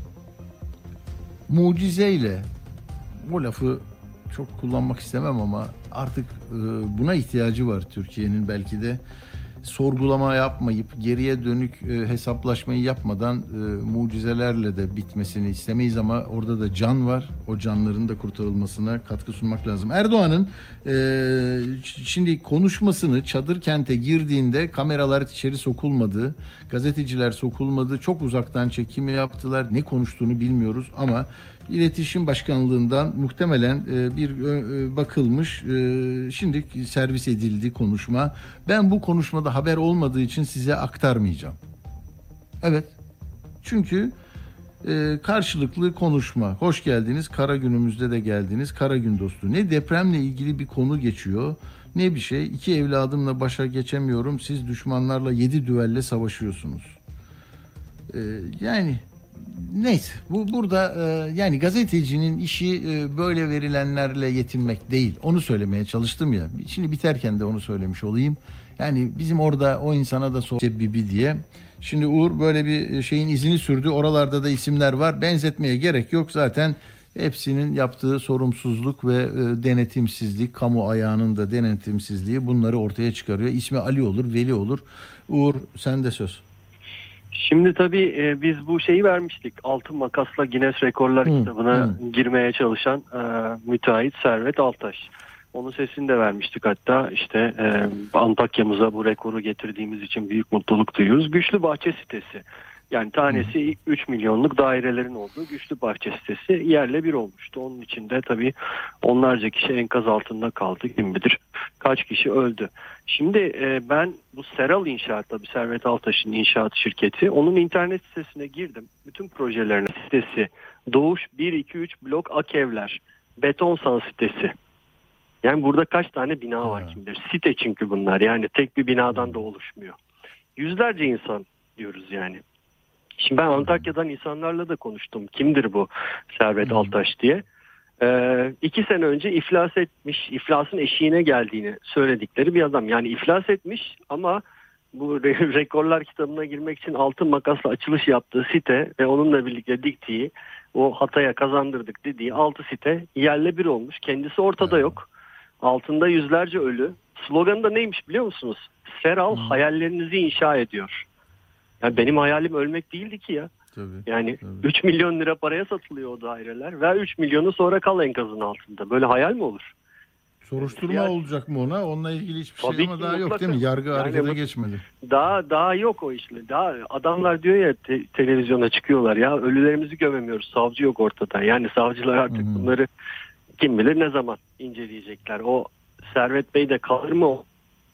Mucizeyle, bu lafı çok kullanmak istemem ama artık e, buna ihtiyacı var Türkiye'nin. Belki de sorgulama yapmayıp geriye dönük e, hesaplaşmayı yapmadan e, mucizelerle de bitmesini istemeyiz ama orada da can var. O canların da kurtarılmasına katkı sunmak lazım. Erdoğan'ın e, şimdi konuşmasını çadır kente girdiğinde kameralar içeri sokulmadı, gazeteciler sokulmadı, çok uzaktan çekimi yaptılar. Ne konuştuğunu bilmiyoruz ama İletişim Başkanlığı'ndan muhtemelen e, bir e, bakılmış, e, şimdi servis edildi konuşma. Ben bu konuşmada haber olmadığı için size aktarmayacağım. Evet, çünkü e, karşılıklı konuşma. Hoş geldiniz, kara günümüzde de geldiniz, kara gün dostu. Ne depremle ilgili bir konu geçiyor, ne bir şey. İki evladımla başa geçemiyorum, siz düşmanlarla yedi düelle savaşıyorsunuz. E, yani... Neyse, bu burada e, yani gazetecinin işi e, böyle verilenlerle yetinmek değil. Onu söylemeye çalıştım ya. Şimdi biterken de onu söylemiş olayım. Yani bizim orada o insana da sebebi diye. Şimdi Uğur böyle bir şeyin izini sürdü. Oralarda da isimler var. Benzetmeye gerek yok. Zaten hepsinin yaptığı sorumsuzluk ve e, denetimsizlik, kamu ayağının da denetimsizliği bunları ortaya çıkarıyor. İsmi Ali olur, Veli olur. Uğur, sende söz. Şimdi tabii e, biz bu şeyi vermiştik. Altın makasla Guinness Rekorlar Hı, kitabına hı. girmeye çalışan e, müteahhit Servet Altaş. Onun sesini de vermiştik hatta işte e, Antakya'mıza bu rekoru getirdiğimiz için büyük mutluluk duyuyoruz. Güçlü Bahçe sitesi. Yani tanesi üç milyonluk dairelerin olduğu Güçlü Bahçe sitesi yerle bir olmuştu. Onun içinde tabii onlarca kişi enkaz altında kaldı. Kim bilir kaç kişi öldü. Şimdi e, ben bu Seral İnşaat, tabii Servet Altaş'ın inşaat şirketi, onun internet sitesine girdim. Bütün projelerinin sitesi Doğuş bir iki üç blok Akevler Betonsan sitesi. Yani burada kaç tane bina var kim bilir. Site çünkü bunlar, yani tek bir binadan da oluşmuyor. Yüzlerce insan diyoruz yani. Şimdi ben Antakya'dan insanlarla da konuştum. Kimdir bu Servet Altaş diye. Ee, iki sene önce iflas etmiş, iflasın eşiğine geldiğini söyledikleri bir adam. Yani iflas etmiş ama bu re- rekorlar kitabına girmek için altın makasla açılış yaptığı site ve onunla birlikte diktiği, o Hatay'a kazandırdık dediği altı site yerle bir olmuş. Kendisi ortada yok. Altında yüzlerce ölü. Sloganı da neymiş biliyor musunuz? Seral hayallerinizi inşa ediyor. Yani benim hayalim ölmek değildi ki ya. Tabii, yani tabii. üç milyon lira paraya satılıyor o daireler ve üç milyonu sonra kal enkazın altında. Böyle hayal mi olur? Soruşturma Yani- olacak mı ona? Onunla ilgili hiçbir şey Tabii ama ki daha yok mutlaka. değil mi? Yargı Yani harekete bu- geçmedi. Daha daha yok o işle. Daha adamlar diyor ya te- televizyona çıkıyorlar ya, ölülerimizi gömemiyoruz. Savcı yok ortada. Yani savcılar artık bunları kim bilir ne zaman inceleyecekler. O Servet Bey de kalır mı o?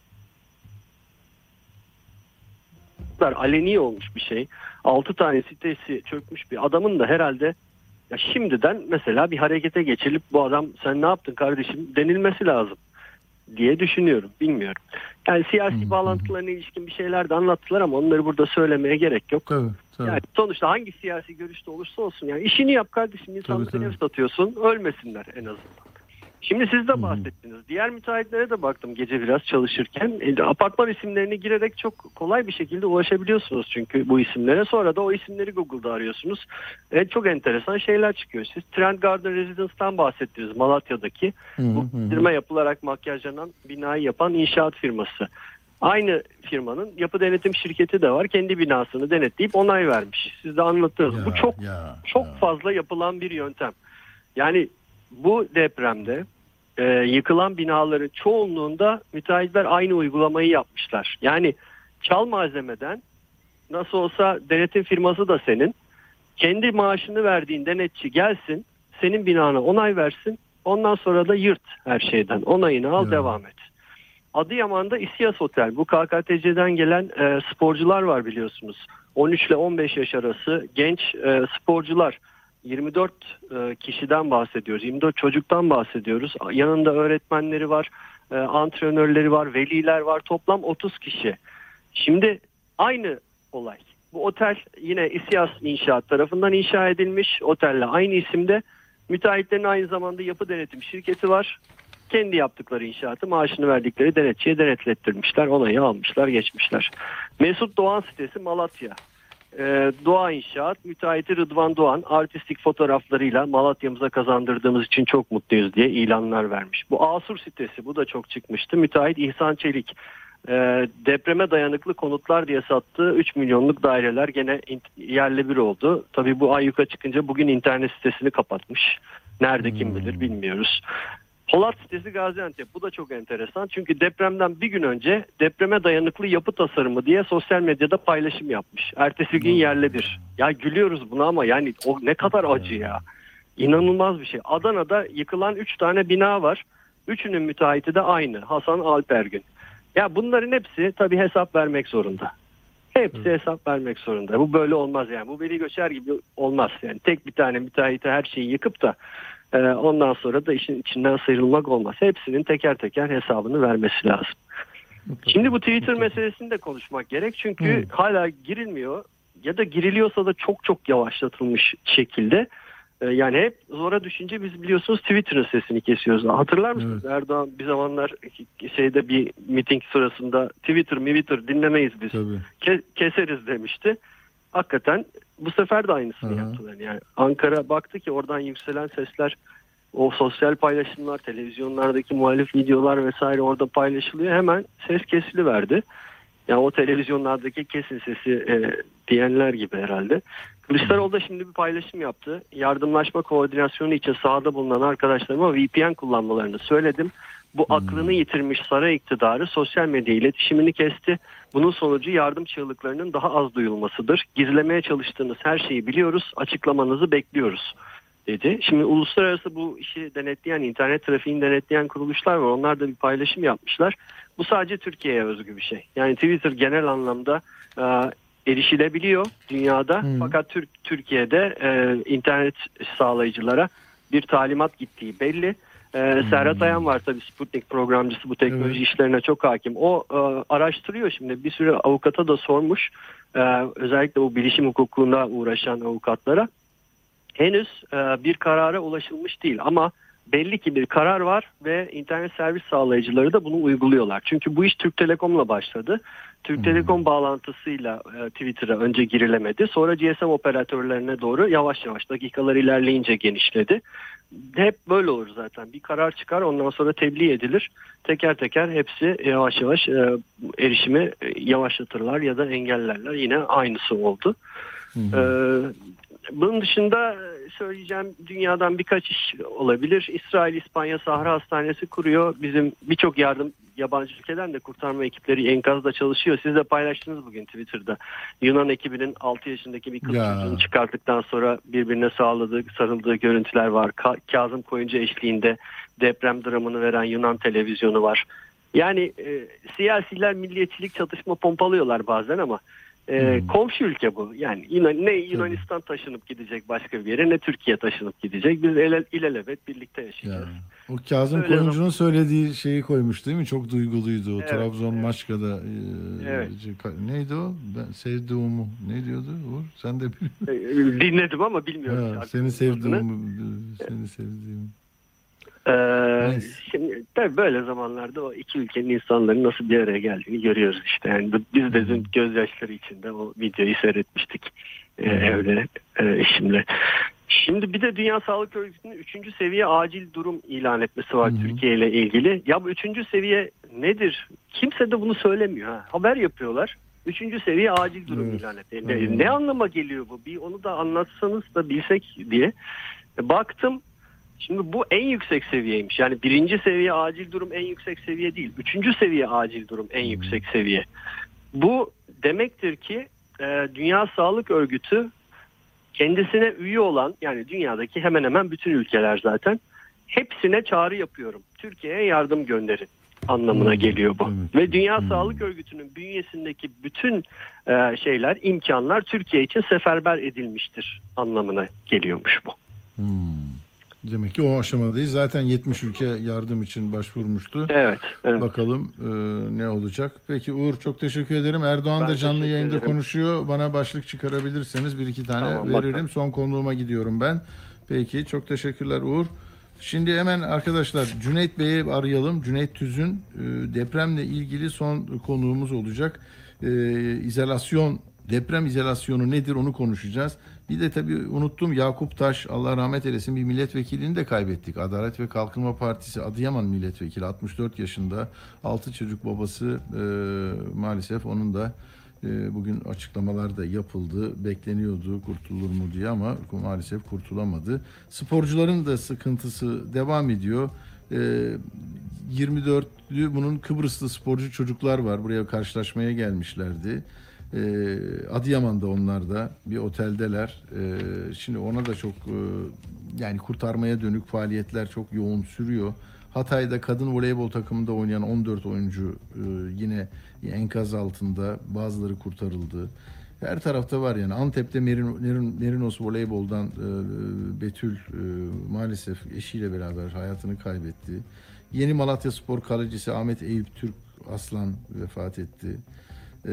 Aleni olmuş bir şey. Altı tane sitesi çökmüş bir adamın da herhalde ya şimdiden mesela bir harekete geçilip bu adam sen ne yaptın kardeşim denilmesi lazım diye düşünüyorum. Bilmiyorum. Yani siyasi bağlantılarına ilişkin bir şeyler de anlattılar ama onları burada söylemeye gerek yok. Tabii, tabii. Yani sonuçta hangi siyasi görüşte olursa olsun yani işini yap kardeşim, insanlara Tabii, ev tabii. satıyorsun, ölmesinler en azından. Şimdi siz de bahsettiniz. Diğer müteahhitlere de baktım gece biraz çalışırken. E, apartman isimlerini girerek çok kolay bir şekilde ulaşabiliyorsunuz çünkü bu isimlere. Sonra da o isimleri Google'da arıyorsunuz. E, çok enteresan şeyler çıkıyor. Siz Trend Garden Residence'dan bahsettiniz, Malatya'daki. Bu bitirme yapılarak makyajlanan binayı yapan inşaat firması. Aynı firmanın yapı denetim şirketi de var. Kendi binasını denetleyip onay vermiş. Siz de anlattınız. Bu çok çok fazla yapılan bir yöntem. Yani bu depremde e, yıkılan binaların çoğunluğunda müteahhitler aynı uygulamayı yapmışlar. Yani çal malzemeden nasıl olsa denetim firması da senin. Kendi maaşını verdiğin denetçi gelsin, senin binana onay versin. Ondan sonra da yırt her şeyden. Onayını al, devam et. Adıyaman'da İSİAS Otel. Bu K K T C'den gelen e, sporcular var biliyorsunuz. on üç ile on beş yaş arası genç e, sporcular. yirmi dört e, kişiden bahsediyoruz. yirmi dört çocuktan bahsediyoruz. Yanında öğretmenleri var, e, antrenörleri var, veliler var. Toplam otuz kişi. Şimdi aynı olay. Bu otel yine İSİAS İnşaat tarafından inşa edilmiş. Otelle aynı isimde. Müteahhitlerin aynı zamanda yapı denetim şirketi var. Kendi yaptıkları inşaatı maaşını verdikleri denetçiye denetlettirmişler. Onayı almışlar, geçmişler. Mesut Doğan sitesi Malatya. Ee, Doğa İnşaat, müteahhiti Rıdvan Doğan artistik fotoğraflarıyla Malatya'mıza kazandırdığımız için çok mutluyuz diye ilanlar vermiş. Bu Asur sitesi, bu da çok çıkmıştı. Müteahhit İhsan Çelik e, depreme dayanıklı konutlar diye sattığı üç milyonluk daireler gene yerle bir oldu. Tabii bu ayyuka çıkınca bugün internet sitesini kapatmış. Nerede kim bilir bilmiyoruz. Polat sitesi Gaziantep, bu da çok enteresan çünkü depremden bir gün önce depreme dayanıklı yapı tasarımı diye sosyal medyada paylaşım yapmış. Ertesi gün yerle bir. Ya gülüyoruz buna ama yani o ne kadar acı ya. İnanılmaz bir şey. Adana'da yıkılan üç tane bina var. Üçünün müteahhiti de aynı. Hasan Alpergün. Ya bunların hepsi tabii hesap vermek zorunda. Hepsi hesap vermek zorunda. Bu böyle olmaz yani. Bu Veli Göçer gibi olmaz. Yani tek bir tane müteahhite her şeyi yıkıp da e, ondan sonra da işin içinden sıyrılmak olmaz. Hepsinin teker teker hesabını vermesi lazım. Şimdi bu Twitter meselesini de konuşmak gerek. Çünkü hala girilmiyor ya da giriliyorsa da çok çok yavaşlatılmış şekilde. E, yani hep zora düşünce biz biliyorsunuz Twitter'ın sesini kesiyoruz. Hatırlar mısınız? Evet. Erdoğan bir zamanlar şeyde bir miting sırasında Twitter, Twitter dinlemeyiz biz. Ke- keseriz demişti. Hakikaten bu sefer de aynısını Hı-hı. yaptılar. Yani Ankara baktı ki oradan yükselen sesler, o sosyal paylaşımlar, televizyonlardaki muhalif videolar vesaire orada paylaşılıyor. Hemen ses kesiliverdi. Yani o televizyonlardaki kesin sesi e, diyenler gibi herhalde. Kılıçdaroğlu da şimdi bir paylaşım yaptı. Yardımlaşma koordinasyonu için sahada bulunan arkadaşlarıma V P N kullanmalarını söyledim. Bu aklını yitirmiş saray iktidarı sosyal medya iletişimini kesti. Bunun sonucu yardım çığlıklarının daha az duyulmasıdır. Gizlemeye çalıştığınız her şeyi biliyoruz. Açıklamanızı bekliyoruz dedi. Şimdi uluslararası bu işi denetleyen, internet trafiğini denetleyen kuruluşlar var. Onlar da bir paylaşım yapmışlar. Bu sadece Türkiye'ye özgü bir şey. Yani Twitter genel anlamda e, erişilebiliyor dünyada. Hmm. Fakat Türk Türkiye'de e, internet sağlayıcılara bir talimat gittiği belli. Ee, Serhat Ayan var tabii, Sputnik programcısı, bu teknoloji evet. işlerine çok hakim. O e, araştırıyor şimdi, bir sürü avukata da sormuş. E, özellikle bu bilişim hukukuna uğraşan avukatlara. Henüz e, bir karara ulaşılmış değil ama belli ki bir karar var ve internet servis sağlayıcıları da bunu uyguluyorlar. Çünkü bu iş Türk Telekom'la başladı. Türk hmm. Telekom bağlantısıyla e, Twitter'a önce girilemedi. Sonra G S M operatörlerine doğru yavaş yavaş dakikalar ilerleyince genişledi. Hep böyle olur zaten. Bir karar çıkar, ondan sonra tebliğ edilir. Teker teker hepsi yavaş yavaş e, erişimi yavaşlatırlar ya da engellerler. Yine aynısı oldu. Hmm. E, bunun dışında söyleyeceğim, dünyadan birkaç iş olabilir. İsrail, İspanya Sahra Hastanesi kuruyor. Bizim birçok yardım yabancı ülkeden de kurtarma ekipleri enkazda çalışıyor. Siz de paylaştınız bugün Twitter'da. Yunan ekibinin altı yaşındaki bir kız ya. çocuğunu çıkarttıktan sonra birbirine sağladığı, sarıldığı görüntüler var. Ka- Kazım Koyuncu eşliğinde deprem dramını veren Yunan televizyonu var. Yani e, siyasiler milliyetçilik çatışma pompalıyorlar bazen ama Ee, hmm. komşu ülke bu. Yani Yunan, ne Yunanistan taşınıp gidecek başka bir yere, ne Türkiye taşınıp gidecek. Biz el, ilelebet birlikte yaşayacağız. Yani. O Kazım Öyle Koyuncu'nun zaman... söylediği şeyi koymuş değil mi? Çok duyguluydu o. Evet, Trabzon evet. Maçka'da. E, evet. Neydi o? Ben sevdiğimi. Ne diyordu Uğur? Sen de bil. Dinledim ama bilmiyorum. Ha, seni sevdiğimi. Seni sevdiğimi. Ee, şimdi tabii böyle zamanlarda o iki ülkenin insanların nasıl bir araya geldiğini görüyoruz işte. Yani biz de dün gözyaşları içinde o videoyu seyretmiştik ee, evde e, eşimle. Şimdi bir de Dünya Sağlık Örgütü'nün üçüncü seviye acil durum ilan etmesi var Hı-hı. Türkiye ile ilgili. Ya bu üçüncü seviye nedir? Kimse de bunu söylemiyor. Ha. Haber yapıyorlar. Üçüncü seviye acil durum evet. ilan etti. Ne, ne anlama geliyor bu? Bir onu da anlatsanız da bilsek diye. Baktım. Şimdi bu en yüksek seviyeymiş. Yani birinci seviye acil durum en yüksek seviye değil. Üçüncü seviye acil durum en yüksek seviye. Bu demektir ki e, Dünya Sağlık Örgütü kendisine üye olan, yani dünyadaki hemen hemen bütün ülkeler zaten, hepsine çağrı yapıyorum. Türkiye'ye yardım gönderin anlamına geliyor bu. Ve Dünya Sağlık Örgütü'nün bünyesindeki bütün e, şeyler, imkanlar Türkiye için seferber edilmiştir anlamına geliyormuş bu. Hmm. Demek ki o aşamadayız. Zaten yetmiş ülke yardım için başvurmuştu. Evet. evet. Bakalım e, ne olacak. Peki Uğur, çok teşekkür ederim. Erdoğan ben da canlı yayında ederim. konuşuyor. Bana başlık çıkarabilirseniz bir iki tane tamam, veririm. Bakalım. Son konuğuma gidiyorum ben. Peki, çok teşekkürler Uğur. Şimdi hemen arkadaşlar Cüneyt Bey'i arayalım. Cüneyt Tüzün e, depremle ilgili son konuğumuz olacak. E, izolasyon, deprem izolasyonu nedir onu konuşacağız. Bir de tabii unuttum, Yakup Taş, Allah rahmet eylesin, bir milletvekilini de kaybettik. Adalet ve Kalkınma Partisi Adıyaman milletvekili, altmış dört yaşında, altı çocuk babası, e, maalesef onun da e, bugün açıklamalar da yapıldı. Bekleniyordu kurtulur mu diye ama maalesef kurtulamadı. Sporcuların da sıkıntısı devam ediyor. E, yirmi dörtlü bunun Kıbrıslı sporcu çocuklar var. Buraya karşılaşmaya gelmişlerdi. Ee, Adıyaman'da onlar da bir oteldeler. Ee, şimdi ona da çok e, yani kurtarmaya dönük faaliyetler çok yoğun sürüyor. Hatay'da kadın voleybol takımında oynayan on dört oyuncu e, yine enkaz altında, bazıları kurtarıldı. Her tarafta var yani. Antep'te Merin, Merin, Merinos voleyboldan e, Betül e, maalesef eşiyle beraber hayatını kaybetti. Yeni Malatya Spor kalecisi Ahmet Eyüp Türk Aslan vefat etti. Ee,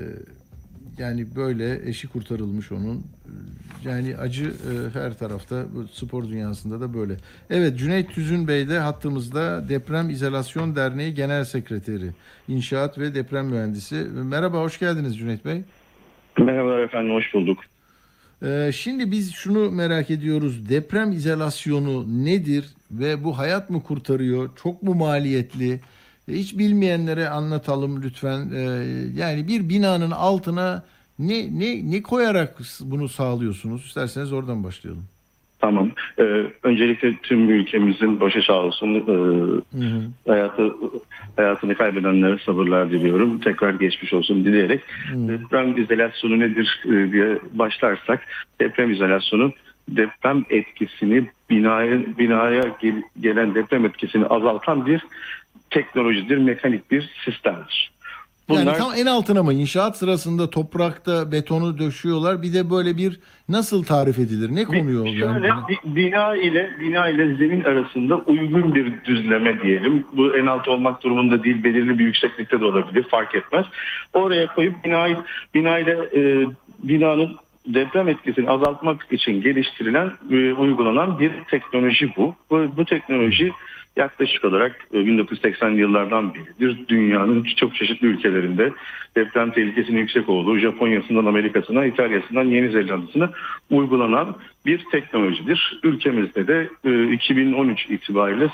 yani böyle eşi kurtarılmış onun. Yani acı e, her tarafta, bu spor dünyasında da böyle. Evet, Cüneyt Tüzün Bey de hattımızda, Deprem İzolasyon Derneği Genel Sekreteri, İnşaat ve Deprem Mühendisi. Merhaba, hoş geldiniz Cüneyt Bey. Merhabalar efendim, hoş bulduk. Ee, şimdi biz şunu merak ediyoruz. Deprem izolasyonu nedir ve bu hayat mı kurtarıyor? Çok mu maliyetli? hiç bilmeyenlere anlatalım lütfen. E, yani bir binanın altına ne ne ne koyarak bunu sağlıyorsunuz? İsterseniz oradan başlayalım. Tamam. Ee, öncelikle tüm ülkemizin başı sağ olsun. Ee, hı hı. Hayatı, hayatını kaybedenlere sabırlar diliyorum. Tekrar geçmiş olsun dileyerek. Hı. Deprem izolasyonu nedir e, diye başlarsak, deprem izolasyonu deprem etkisini binaya, binaya gel, gelen deprem etkisini azaltan bir teknolojidir, mekanik bir sistemdir. Bunlar... Yani tam en altına mı? İnşaat sırasında toprakta betonu döşüyorlar. Bir de böyle bir nasıl tarif edilir? Ne konuyor? Şöyle yani? bina ile bina ile zemin arasında uygun bir düzleme diyelim. Bu en alt olmak durumunda değil, belirli bir yükseklikte de olabilir, fark etmez. Oraya koyup binayı bina ile e, binanın deprem etkisini azaltmak için geliştirilen, e, uygulanan bir teknoloji bu. Bu, bu teknoloji yaklaşık olarak bin dokuz yüz seksenli yıllardan beridir dünyanın çok çeşitli ülkelerinde deprem tehlikesinin yüksek olduğu, Japonya'sından Amerika'sına, İtalya'sından Yeni Zelanda'sına uygulanan bir teknolojidir. Ülkemizde de iki bin on üç itibariyle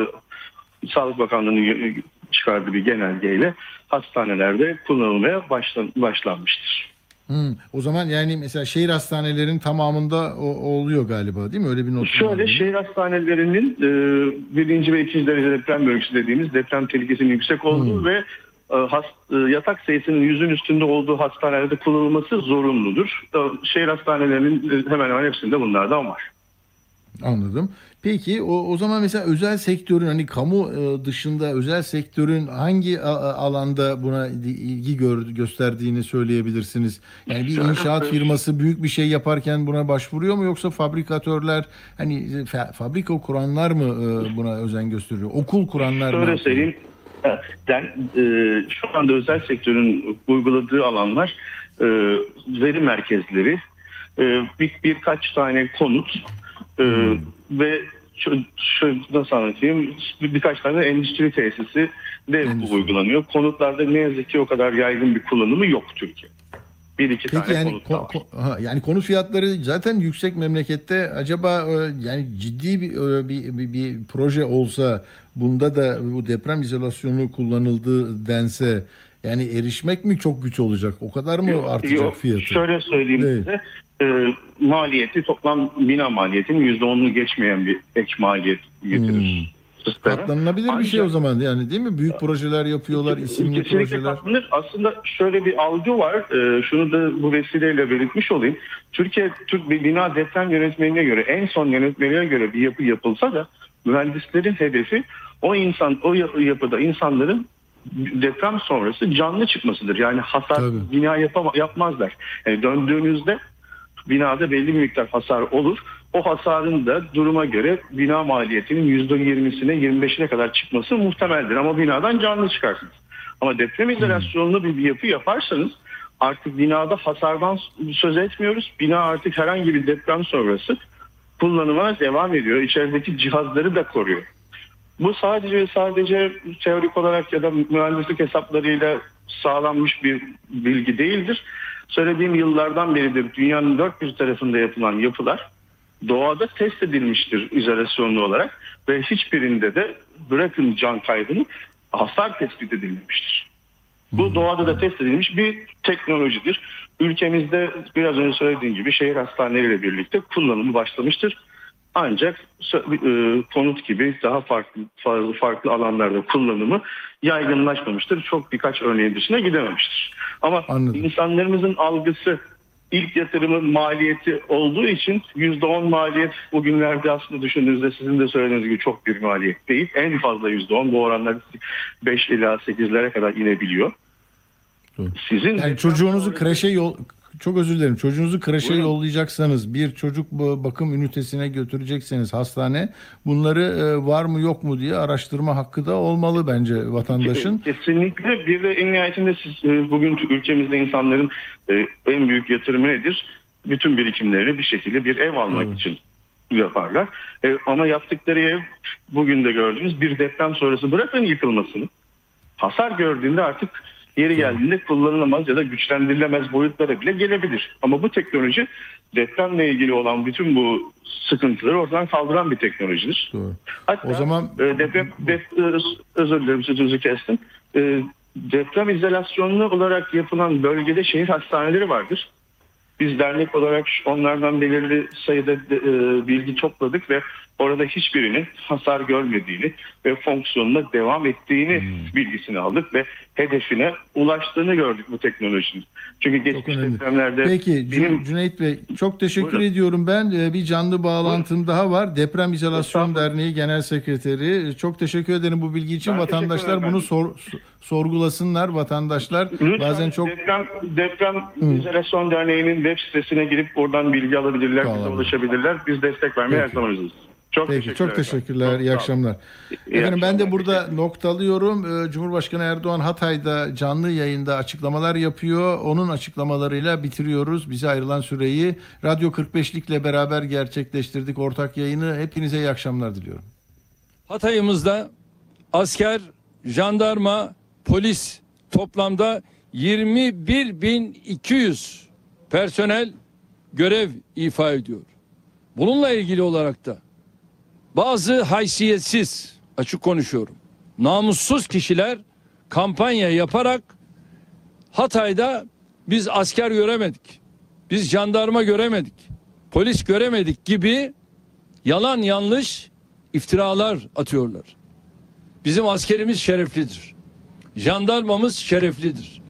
Sağlık Bakanlığı'nın çıkardığı bir genelgeyle hastanelerde kullanılmaya başlan, başlanmıştır. Hmm, o zaman yani mesela şehir hastanelerinin tamamında o, oluyor galiba, değil mi? Öyle bir not. Şöyle, şehir hastanelerinin e, birinci ve ikinci derece deprem bölgesi dediğimiz deprem tehlikesinin yüksek olduğu hmm. ve e, has, e, yatak sayısının yüzün üstünde olduğu hastanelerde kullanılması zorunludur. E, şehir hastanelerinin e, hemen hemen hepsinde bunlardan var. Anladım. Peki o, o zaman mesela özel sektörün, hani kamu dışında özel sektörün hangi alanda buna ilgi gör, gösterdiğini söyleyebilirsiniz? Yani bir inşaat firması büyük bir şey yaparken buna başvuruyor mu, yoksa fabrikatörler, hani fa, fabrika kuranlar mı buna özen gösteriyor? Okul kuranlar mı? Şöyle söyleyeyim. Ben, e, şu anda özel sektörün uyguladığı alanlar e, veri merkezleri, e, bir, birkaç tane konut, Ee, hmm. ve şu, şu nasıl anlatayım, bir, birkaç tane endüstri tesisi de endüstri. uygulanıyor. Konutlarda ne yazık ki o kadar yaygın bir kullanımı yok Türkiye. Bir iki Peki tane yani, konut ko- ko- aha, yani konut fiyatları zaten yüksek memlekette. Acaba yani ciddi bir, bir, bir, bir proje olsa, bunda da bu deprem izolasyonu kullanıldığı dense, yani erişmek mi çok güç olacak? O kadar mı yok, artacak yok. fiyatı? Şöyle söyleyeyim evet. size. E, maliyeti, toplam bina maliyetinin yüzde onunu geçmeyen bir ek maliyet getirir. Hmm. Katlanılabilir Ancak, bir şey o zaman, yani değil mi? Büyük projeler yapıyorlar, isimli projeler. Katlanır. Aslında şöyle bir algı var. E, şunu da bu vesileyle belirtmiş olayım. Türkiye Türk bir bina deprem yönetmeliğine göre, en son yönetmeliğe göre bir yapı yapılsa da mühendislerin hedefi o insan, o yapıda insanların deprem sonrası canlı çıkmasıdır. Yani hasar Tabii. bina yapama, yapmazlar. Yani döndüğünüzde binada belli bir miktar hasar olur. O hasarın da duruma göre bina maliyetinin yüzde yirmisine yirmi beşine kadar çıkması muhtemeldir. Ama binadan canlı çıkarsınız. Ama deprem izolasyonlu bir yapı yaparsanız artık binada hasardan söz etmiyoruz. Bina artık herhangi bir deprem sonrası kullanıma devam ediyor. İçerideki cihazları da koruyor. Bu sadece sadece teorik olarak ya da mühendislik hesaplarıyla sağlanmış bir bilgi değildir. Söylediğim yıllardan beridir dünyanın dört bir tarafında yapılan yapılar doğada test edilmiştir izolasyonlu olarak ve hiçbirinde de bırakın can kaybını, hasar tespit edilmemiştir. Bu doğada da test edilmiş bir teknolojidir. Ülkemizde biraz önce söylediğim gibi şehir hastaneleriyle birlikte kullanımı başlamıştır. Ancak e, konut gibi daha farklı farklı, farklı alanlarda kullanımı yaygınlaşmamıştır. Çok birkaç örneğin dışına gidememiştir. Ama Anladım. insanlarımızın algısı ilk yatırımın maliyeti olduğu için yüzde on maliyet bugünlerde aslında düşündüğünüzde sizin de söylediğiniz gibi çok bir maliyet değil. En fazla yüzde on, bu oranlar beş ila sekizlere kadar inebiliyor. Sizin yani çocuğunuzu kreşe yol Çok özür dilerim. Çocuğunuzu kreşe Buyurun. yollayacaksanız, bir çocuk bakım ünitesine götürecekseniz hastane, bunları var mı yok mu diye araştırma hakkı da olmalı bence vatandaşın. Kesinlikle. Bir de en nihayetinde siz bugün ülkemizde insanların en büyük yatırımı nedir? Bütün birikimlerini bir şekilde bir ev almak evet. için yaparlar. Ama yaptıkları ev bugün de gördüğünüz bir deprem sonrası, bırakın yıkılmasını, hasar gördüğünde artık yeri geldiğinde kullanılamaz ya da güçlendirilemez boyutlara bile gelebilir. Ama bu teknoloji depremle ilgili olan bütün bu sıkıntıları ortadan kaldıran bir teknolojidir. Doğru. Hatta o zaman e, deprem, deprem özür dilerim sözünüzü kestim. E, deprem izolasyonlu olarak yapılan bölgede şehir hastaneleri vardır. Biz dernek olarak onlardan belirli sayıda e, bilgi topladık ve orada hiçbirinin hasar görmediğini ve fonksiyonuna devam ettiğini hmm. bilgisini aldık ve hedefine ulaştığını gördük bu teknolojinin. Çünkü geçmiş depremlerde... Peki benim... Cüneyt Bey çok teşekkür Buyurun. ediyorum ben. Bir canlı bağlantım Buyurun. daha var. Deprem İzolasyon Derneği Genel Sekreteri. Çok teşekkür ederim bu bilgi için. Ben Vatandaşlar bunu sor, sorgulasınlar. Vatandaşlar Lütfen bazen çok... Deprem, deprem İzolasyon Derneği'nin web sitesine girip oradan bilgi alabilirler, bize ulaşabilirler. Biz destek vermeye her zaman hazırız. Çok Peki, teşekkürler. Çok teşekkürler. Çok İyi akşamlar. İyi Efendim ben de burada akşamlar. noktalıyorum. Cumhurbaşkanı Erdoğan Hatay'da canlı yayında açıklamalar yapıyor. Onun açıklamalarıyla bitiriyoruz. Bize ayrılan süreyi Radyo kırk beşlikle beraber gerçekleştirdik ortak yayını. Hepinize iyi akşamlar diliyorum. Hatay'ımızda asker, jandarma, polis toplamda yirmi bir bin iki yüz personel görev ifa ediyor. Bununla ilgili olarak da bazı haysiyetsiz, açık konuşuyorum, namussuz kişiler kampanya yaparak Hatay'da biz asker göremedik, biz jandarma göremedik, polis göremedik gibi yalan yanlış iftiralar atıyorlar. Bizim askerimiz şereflidir, jandarmamız şereflidir.